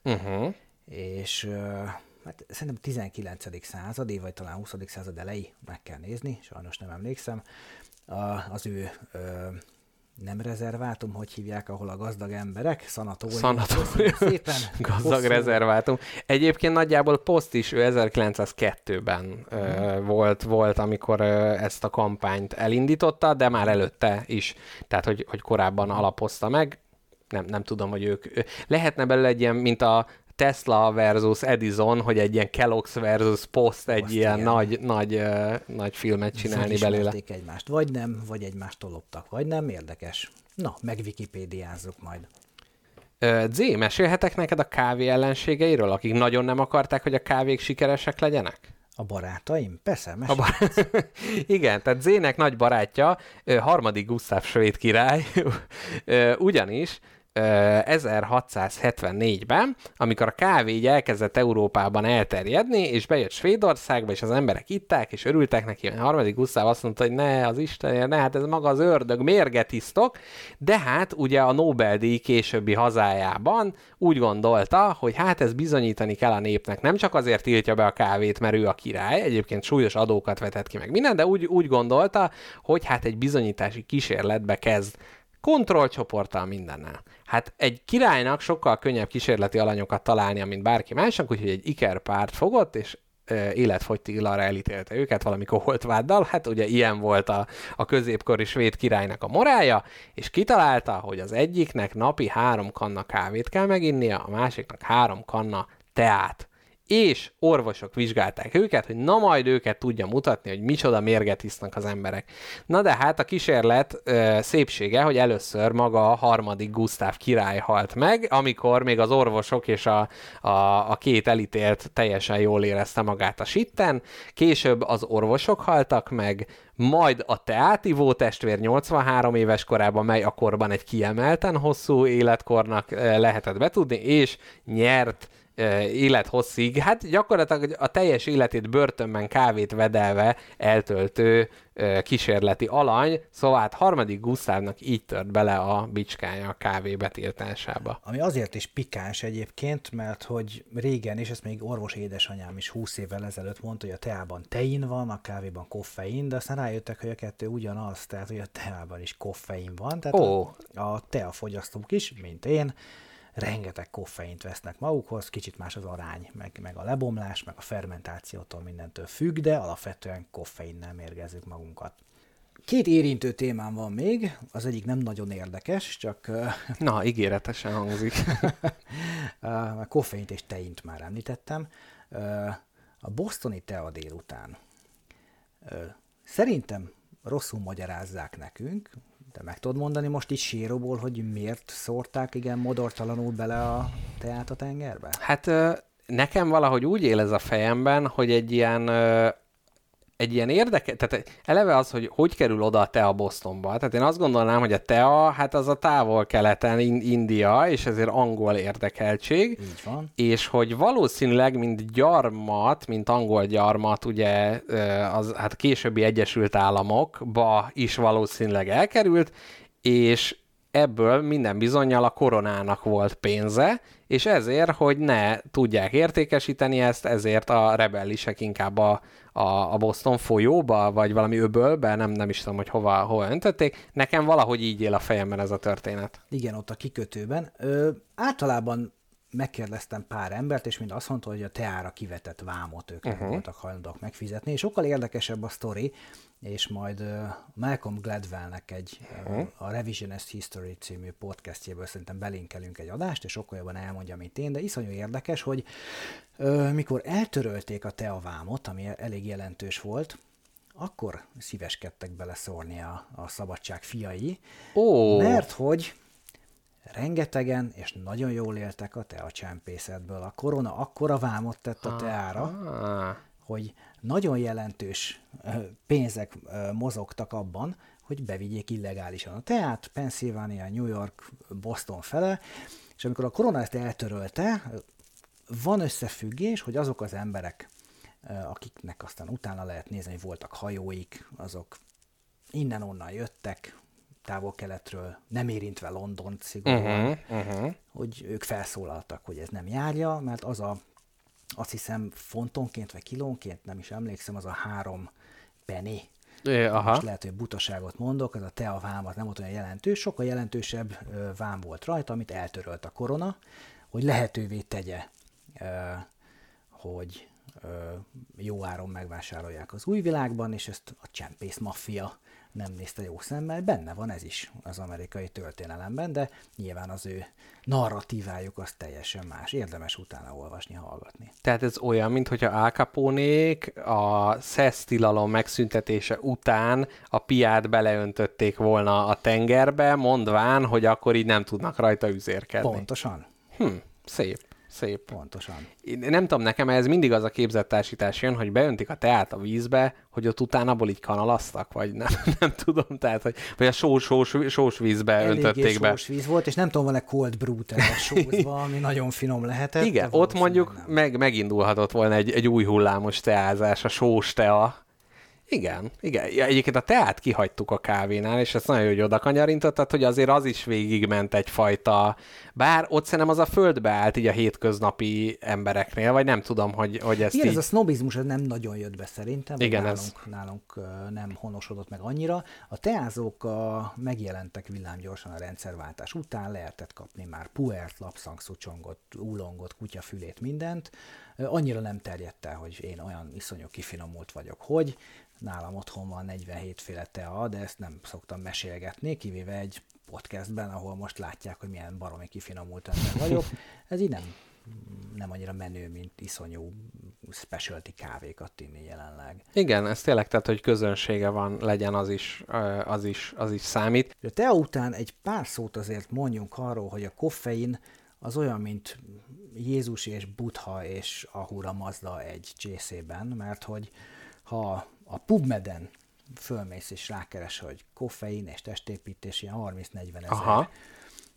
és hát szerintem 19. századi, vagy talán 20. század elejé, meg kell nézni, sajnos nem emlékszem. Az ő nem rezervátum, hogy hívják, ahol a gazdag emberek? Szanatórium. Szépen. Gazdag rezervátum. Egyébként nagyjából Post is ő 1902-ben volt, amikor ezt a kampányt elindította, de már előtte is, tehát hogy korábban alapozta meg. Nem tudom, hogy ők... Lehetne belőle egy ilyen, mint a Tesla versus Edison, hogy egy ilyen Kellogg's versus Post, egy ilyen nagy filmet csinálni belőle. Egymást, vagy nem, vagy egymástól loptak, vagy nem, érdekes. Na, meg Wikipédiázzuk majd. Z, mesélhetek neked a kávé ellenségeiről, akik nagyon nem akarták, hogy a kávék sikeresek legyenek? A barátaim? Persze, Igen, tehát Z-nek nagy barátja, harmadik Gusztáv svéd király, ugyanis 1674-ben, amikor a kávé így elkezdett Európában elterjedni, és bejött Svédországba, és az emberek itták, és örültek neki, a harmadik Gusztáv azt mondta, hogy ne, az Istenért, ne, hát ez maga az ördög, mérget isztok, de hát ugye a Nobel-díj későbbi hazájában úgy gondolta, hogy hát ez bizonyítani kell a népnek, nem csak azért tiltja be a kávét, mert ő a király, egyébként súlyos adókat vetett ki meg minden, de úgy gondolta, hogy hát egy bizonyítási kísérletbe kezd kontrollcsoporttal mindennel. Hát egy királynak sokkal könnyebb kísérleti alanyokat találnia, mint bárki másnak, úgyhogy egy ikerpárt fogott, és életfogytiglanra elítélte őket valami koholtváddal. Hát ugye ilyen volt a középkori svéd királynak a morálja, és kitalálta, hogy az egyiknek napi 3 kanna kávét kell meginnia, a másiknak 3 kanna teát. És orvosok vizsgálták őket, hogy na majd őket tudja mutatni, hogy micsoda mérget isznak az emberek. Na de hát a kísérlet szépsége, hogy először maga a harmadik Gusztáv király halt meg, amikor még az orvosok és a két elítélt teljesen jól érezte magát a sitten, később az orvosok haltak meg, majd a teátivó testvér 83 éves korában, mely akkorban egy kiemelten hosszú életkornak lehetett betudni, és nyert élethosszig, hát gyakorlatilag a teljes életét börtönben kávét vedelve eltöltő kísérleti alany, szóval hát harmadik Gusztávnak így tört bele a bicskája a kávé betiltásába. Ami azért is pikáns egyébként, mert hogy régen, és ezt még orvos édesanyám is 20 évvel ezelőtt mondta, hogy a teában tein van, a kávéban koffein, de aztán rájöttek, hogy a kettő ugyanaz, tehát hogy a teában is koffein van, tehát a teafogyasztók is, mint én, rengeteg koffeint vesznek magukhoz, kicsit más az arány, meg a lebomlás, meg a fermentációtól mindentől függ, de alapvetően koffeinnel mérgezzük magunkat. 2 érintő témám van még, az egyik nem nagyon érdekes, csak... Na, ígéretesen hangzik. A koffeint és teint már említettem. A bostoni tea délután. Szerintem rosszul magyarázzák nekünk, de meg tudod mondani most így séróból, hogy miért szórták igen modortalanul bele a teát a tengerbe? Hát nekem valahogy úgy él ez a fejemben, hogy egy ilyen érdekes, tehát eleve az, hogy kerül oda a tea Bostonba. Tehát én azt gondolnám, hogy a tea, hát az a távol-keleten India, és ezért angol érdekeltség. Így van. És hogy valószínűleg, mint angol gyarmat, ugye az hát későbbi Egyesült Államokba is valószínűleg elkerült, és ebből minden bizonnyal a koronának volt pénze, és ezért, hogy ne tudják értékesíteni ezt, ezért a rebellisek inkább a Boston folyóba, vagy valami öbölbe, nem is tudom, hogy hova öntötték. Nekem valahogy így él a fejemben ez a történet. Igen, ott a kikötőben. Általában megkérdeztem pár embert, és mind azt mondta, hogy a teára kivetett vámot ők nem voltak hajlandóak megfizetni, és sokkal érdekesebb a sztori, és majd Malcolm Gladwellnek a Revisionist History című podcastjéből szerintem belinkelünk egy adást, és sokkal jobban elmondja, mint én, de iszonyú érdekes, hogy mikor eltörölték a teavámot, ami elég jelentős volt, akkor szíveskedtek beleszórni a szabadság fiai, mert hogy rengetegen és nagyon jól éltek a teacsempészetből. A korona akkora vámot tett a teára, hogy nagyon jelentős pénzek mozogtak abban, hogy bevigyék illegálisan a teát, Pennsylvania, New York, Boston fele, és amikor a korona ezt eltörölte, van összefüggés, hogy azok az emberek, akiknek aztán utána lehet nézni, hogy voltak hajóik, azok innen-onnan jöttek, távol-keletről, nem érintve Londont szigorúan, hogy ők felszólaltak, hogy ez nem járja, mert azt hiszem fontonként vagy kilónként, nem is emlékszem, az a 3 penny. Most lehet, hogy butaságot mondok, ez a teavám az nem volt olyan jelentős, sokkal jelentősebb vám volt rajta, amit eltörölt a korona, hogy lehetővé tegye, hogy jó áron megvásárolják az új világban, és ezt a csempész maffia nem nézte jó szemmel. Benne van ez is az amerikai történelemben, de nyilván az ő narratívájuk az teljesen más. Érdemes utána olvasni, hallgatni. Tehát ez olyan, mintha Al Caponék a szesztilalom megszüntetése után a piát beleöntötték volna a tengerbe, mondván, hogy akkor így nem tudnak rajta üzérkedni. Pontosan. Szép. Pontosan. Én nem tudom, nekem ez mindig az a képzettársítás jön, hogy beöntik a teát a vízbe, hogy ott utána abból így kanalaztak, vagy nem tudom, tehát, vagy a sós vízbe öntötték be. Sós víz volt, és nem tudom, van-e cold brew-t sózva, ami nagyon finom lehetett. Igen, ott mondjuk megindulhatott volna egy új hullámos teázás, a sós tea. Igen. Egyébként a teát kihagytuk a kávénál, és ezt nagyon jó, hogy oda kanyarintottad, hogy azért az is végigment egyfajta, bár ott szerintem az a földbe állt így a hétköznapi embereknél, vagy nem tudom, hogy ezt igen, így... ez a sznobizmus ez nem nagyon jött be szerintem, igen, nálunk nem honosodott meg annyira. A teázók megjelentek villámgyorsan a rendszerváltás után, lehetett kapni már puert, lapszangszúcsongot, úlongot, kutyafülét, mindent. Annyira nem terjedt el, hogy én olyan iszonyú kifinomult vagyok, hogy nálam otthon van 47 féle tea, de ezt nem szoktam mesélgetni, kivéve egy podcastben, ahol most látják, hogy milyen baromi kifinomult ember vagyok. Ez így nem annyira menő, mint iszonyú specialty kávékat inni jelenleg. Igen, ez tényleg, tehát, hogy közönsége van, legyen, az is számít. A tea után egy pár szót azért mondjunk arról, hogy a koffein az olyan, mint Jézus és Buddha és Ahura Mazda egy csészében, mert hogy ha a PubMed-en fölmész és rákeres, hogy koffein és testépítés, ilyen 30-40 ezer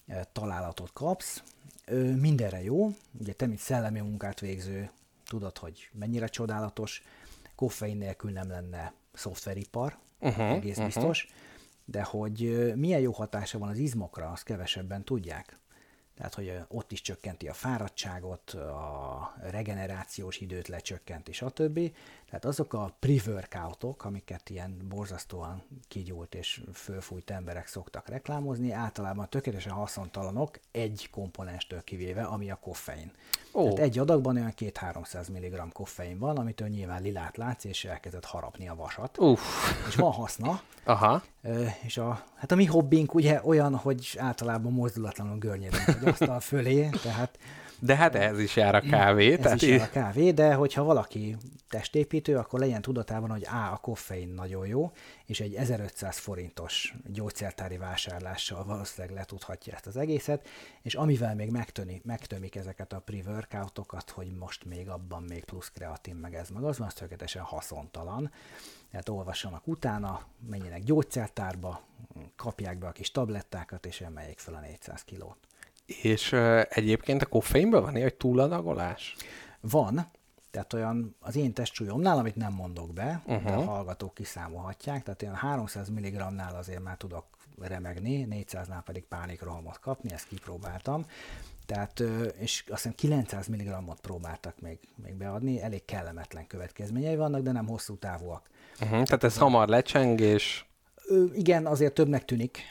találatot kapsz. Mindenre jó, ugye te, mint szellemi munkát végző, tudod, hogy mennyire csodálatos, koffein nélkül nem lenne szoftveripar, egész biztos, de hogy milyen jó hatása van az izmokra, azt kevesebben tudják. Tehát, hogy ott is csökkenti a fáradtságot, a regenerációs időt lecsökkenti, stb. Tehát azok a pre-workoutok, amiket ilyen borzasztóan kigyúlt és fölfújt emberek szoktak reklámozni, általában tökéletesen haszontalanok, egy komponenstől kivéve, ami a koffein. Tehát egy adagban olyan 200-300 mg koffein van, amitől nyilván lilát látsz, és elkezdett harapni a vasat. És van haszna. Aha. És a mi hobbink ugye olyan, hogy általában mozdulatlanul görnyedünk egy asztal fölé, tehát... De hát ehhez is jár a kávé. Ez is jár a kávé, de hogyha valaki testépítő, akkor legyen tudatában, hogy a koffein nagyon jó, és egy 1500 forintos gyógyszertári vásárlással valószínűleg letudhatja ezt az egészet, és amivel még megtömik ezeket a pre-workoutokat, hogy most még abban még plusz kreatin, meg ez, meg az tökéletesen haszontalan. Tehát olvassanak utána, menjenek gyógyszertárba, kapják be a kis tablettákat, és emeljék fel a 400 kilót. És egyébként a koffeinből van egy túladagolás? Van, tehát olyan az én testsúlyomnál, amit nem mondok be, de a hallgatók kiszámolhatják, tehát olyan 300 mg-nál azért már tudok remegni, 400-nál pedig pánikrohamot kapni, ezt kipróbáltam. Tehát, és azt hiszem 900 mg-ot próbáltak még beadni, elég kellemetlen következményei vannak, de nem hosszú távúak. Tehát ez hamar lecseng, és... Igen, azért többnek tűnik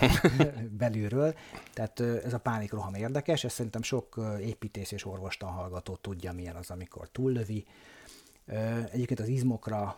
belülről, tehát ez a pánikroham érdekes, ezt szerintem sok építész és orvostan hallgató tudja, milyen az, amikor túllövi. Egyébként az izmokra,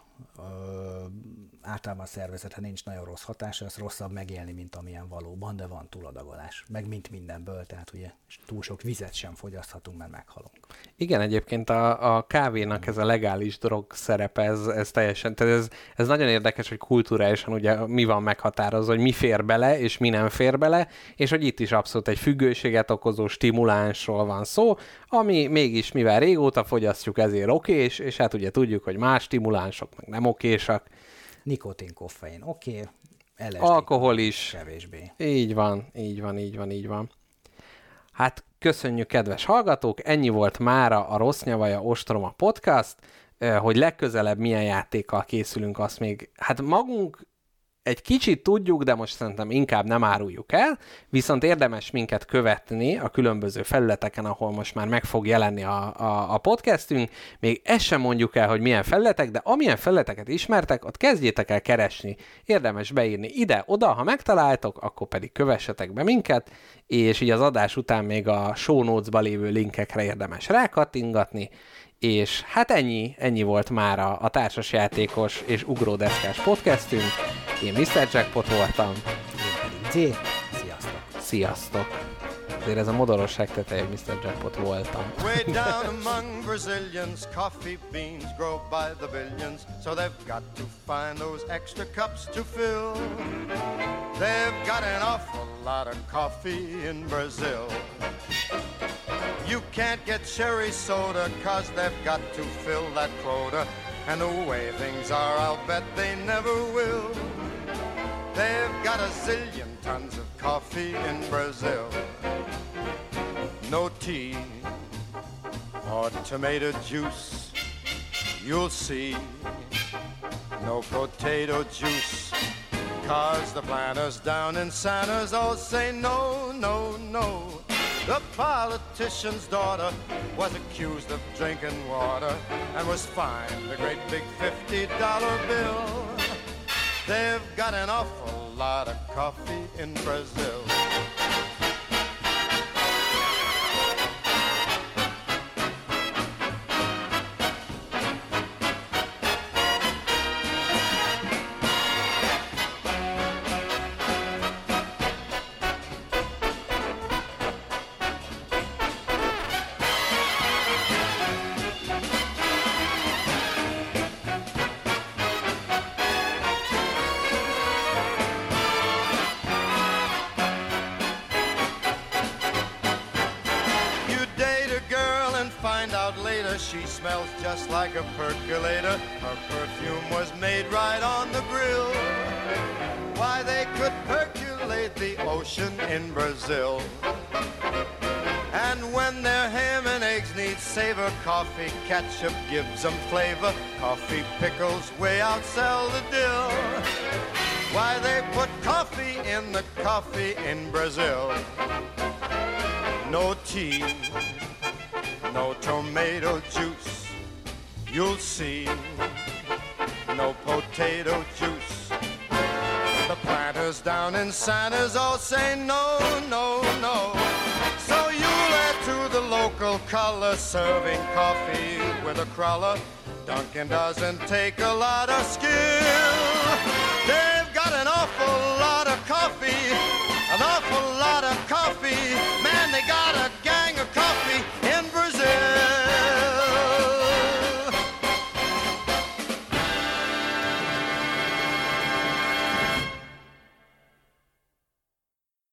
általában a szervezetre nincs nagyon rossz hatása, ez rosszabb megélni, mint amilyen valóban, de van túladagolás. Meg mint mindenből, tehát ugye túl sok vizet sem fogyaszthatunk, mert meghalunk. Igen, egyébként a kávénak ez a legális drog szerepe, ez teljesen, tehát ez nagyon érdekes, hogy kulturálisan ugye mi van meghatározva, hogy mi fér bele, és mi nem fér bele, és hogy itt is abszolút egy függőséget okozó stimulánsról van szó, ami mégis, mivel régóta fogyasztjuk, ezért okés, és hát ugye tudjuk, hogy más stimulánsok meg nem okésak. Nikotin, koffein, oké. LSD, alkohol is. Kevésbé. Így van. Hát köszönjük, kedves hallgatók, ennyi volt mára a Rossz Nyavaja Ostroma podcast, hogy legközelebb milyen játékkal készülünk, azt még, hát magunk egy kicsit tudjuk, de most szerintem inkább nem áruljuk el, viszont érdemes minket követni a különböző felületeken, ahol most már meg fog jelenni a podcastünk. Még ezt sem mondjuk el, hogy milyen felületek, de amilyen felületeket ismertek, ott kezdjétek el keresni. Érdemes beírni ide-oda, ha megtaláltok, akkor pedig kövessetek be minket, és így az adás után még a show notes-ba lévő linkekre érdemes rákattingatni. És hát ennyi volt már a társasjátékos és ugródeszkás podcastünk. Én Mr. Jackpot voltam. Én pedig C. Sziasztok! Azért ez a modorosság teteje, Mr. Jackpot voltam. Way down among Brazilians, coffee beans grow by the billions, so they've got to find those extra cups to fill. They've got an awful lot of coffee in Brazil. You can't get cherry soda, 'cause they've got to fill that quota, and the way things are, I'll bet they never will. They've got a zillion tons of coffee in Brazil. No tea or tomato juice, you'll see. No potato juice, 'cause the planters down in Santa's all say no, no, no. The politician's daughter was accused of drinking water and was fined a great big $50 bill. They've got an awful lot of coffee in Brazil. She smells just like a percolator. Her perfume was made right on the grill. Why, they could percolate the ocean in Brazil. And when their ham and eggs need savor, coffee ketchup gives them flavor. Coffee pickles way outsell the dill. Why, they put coffee in the coffee in Brazil. No tea, no tomato juice, you'll see. No potato juice. The planters down in Santa's all say no, no, no. So you'll add to the local color, serving coffee with a crawler. Dunkin' doesn't take a lot of skill. They've got an awful lot of coffee, an awful lot of coffee. Man, they got a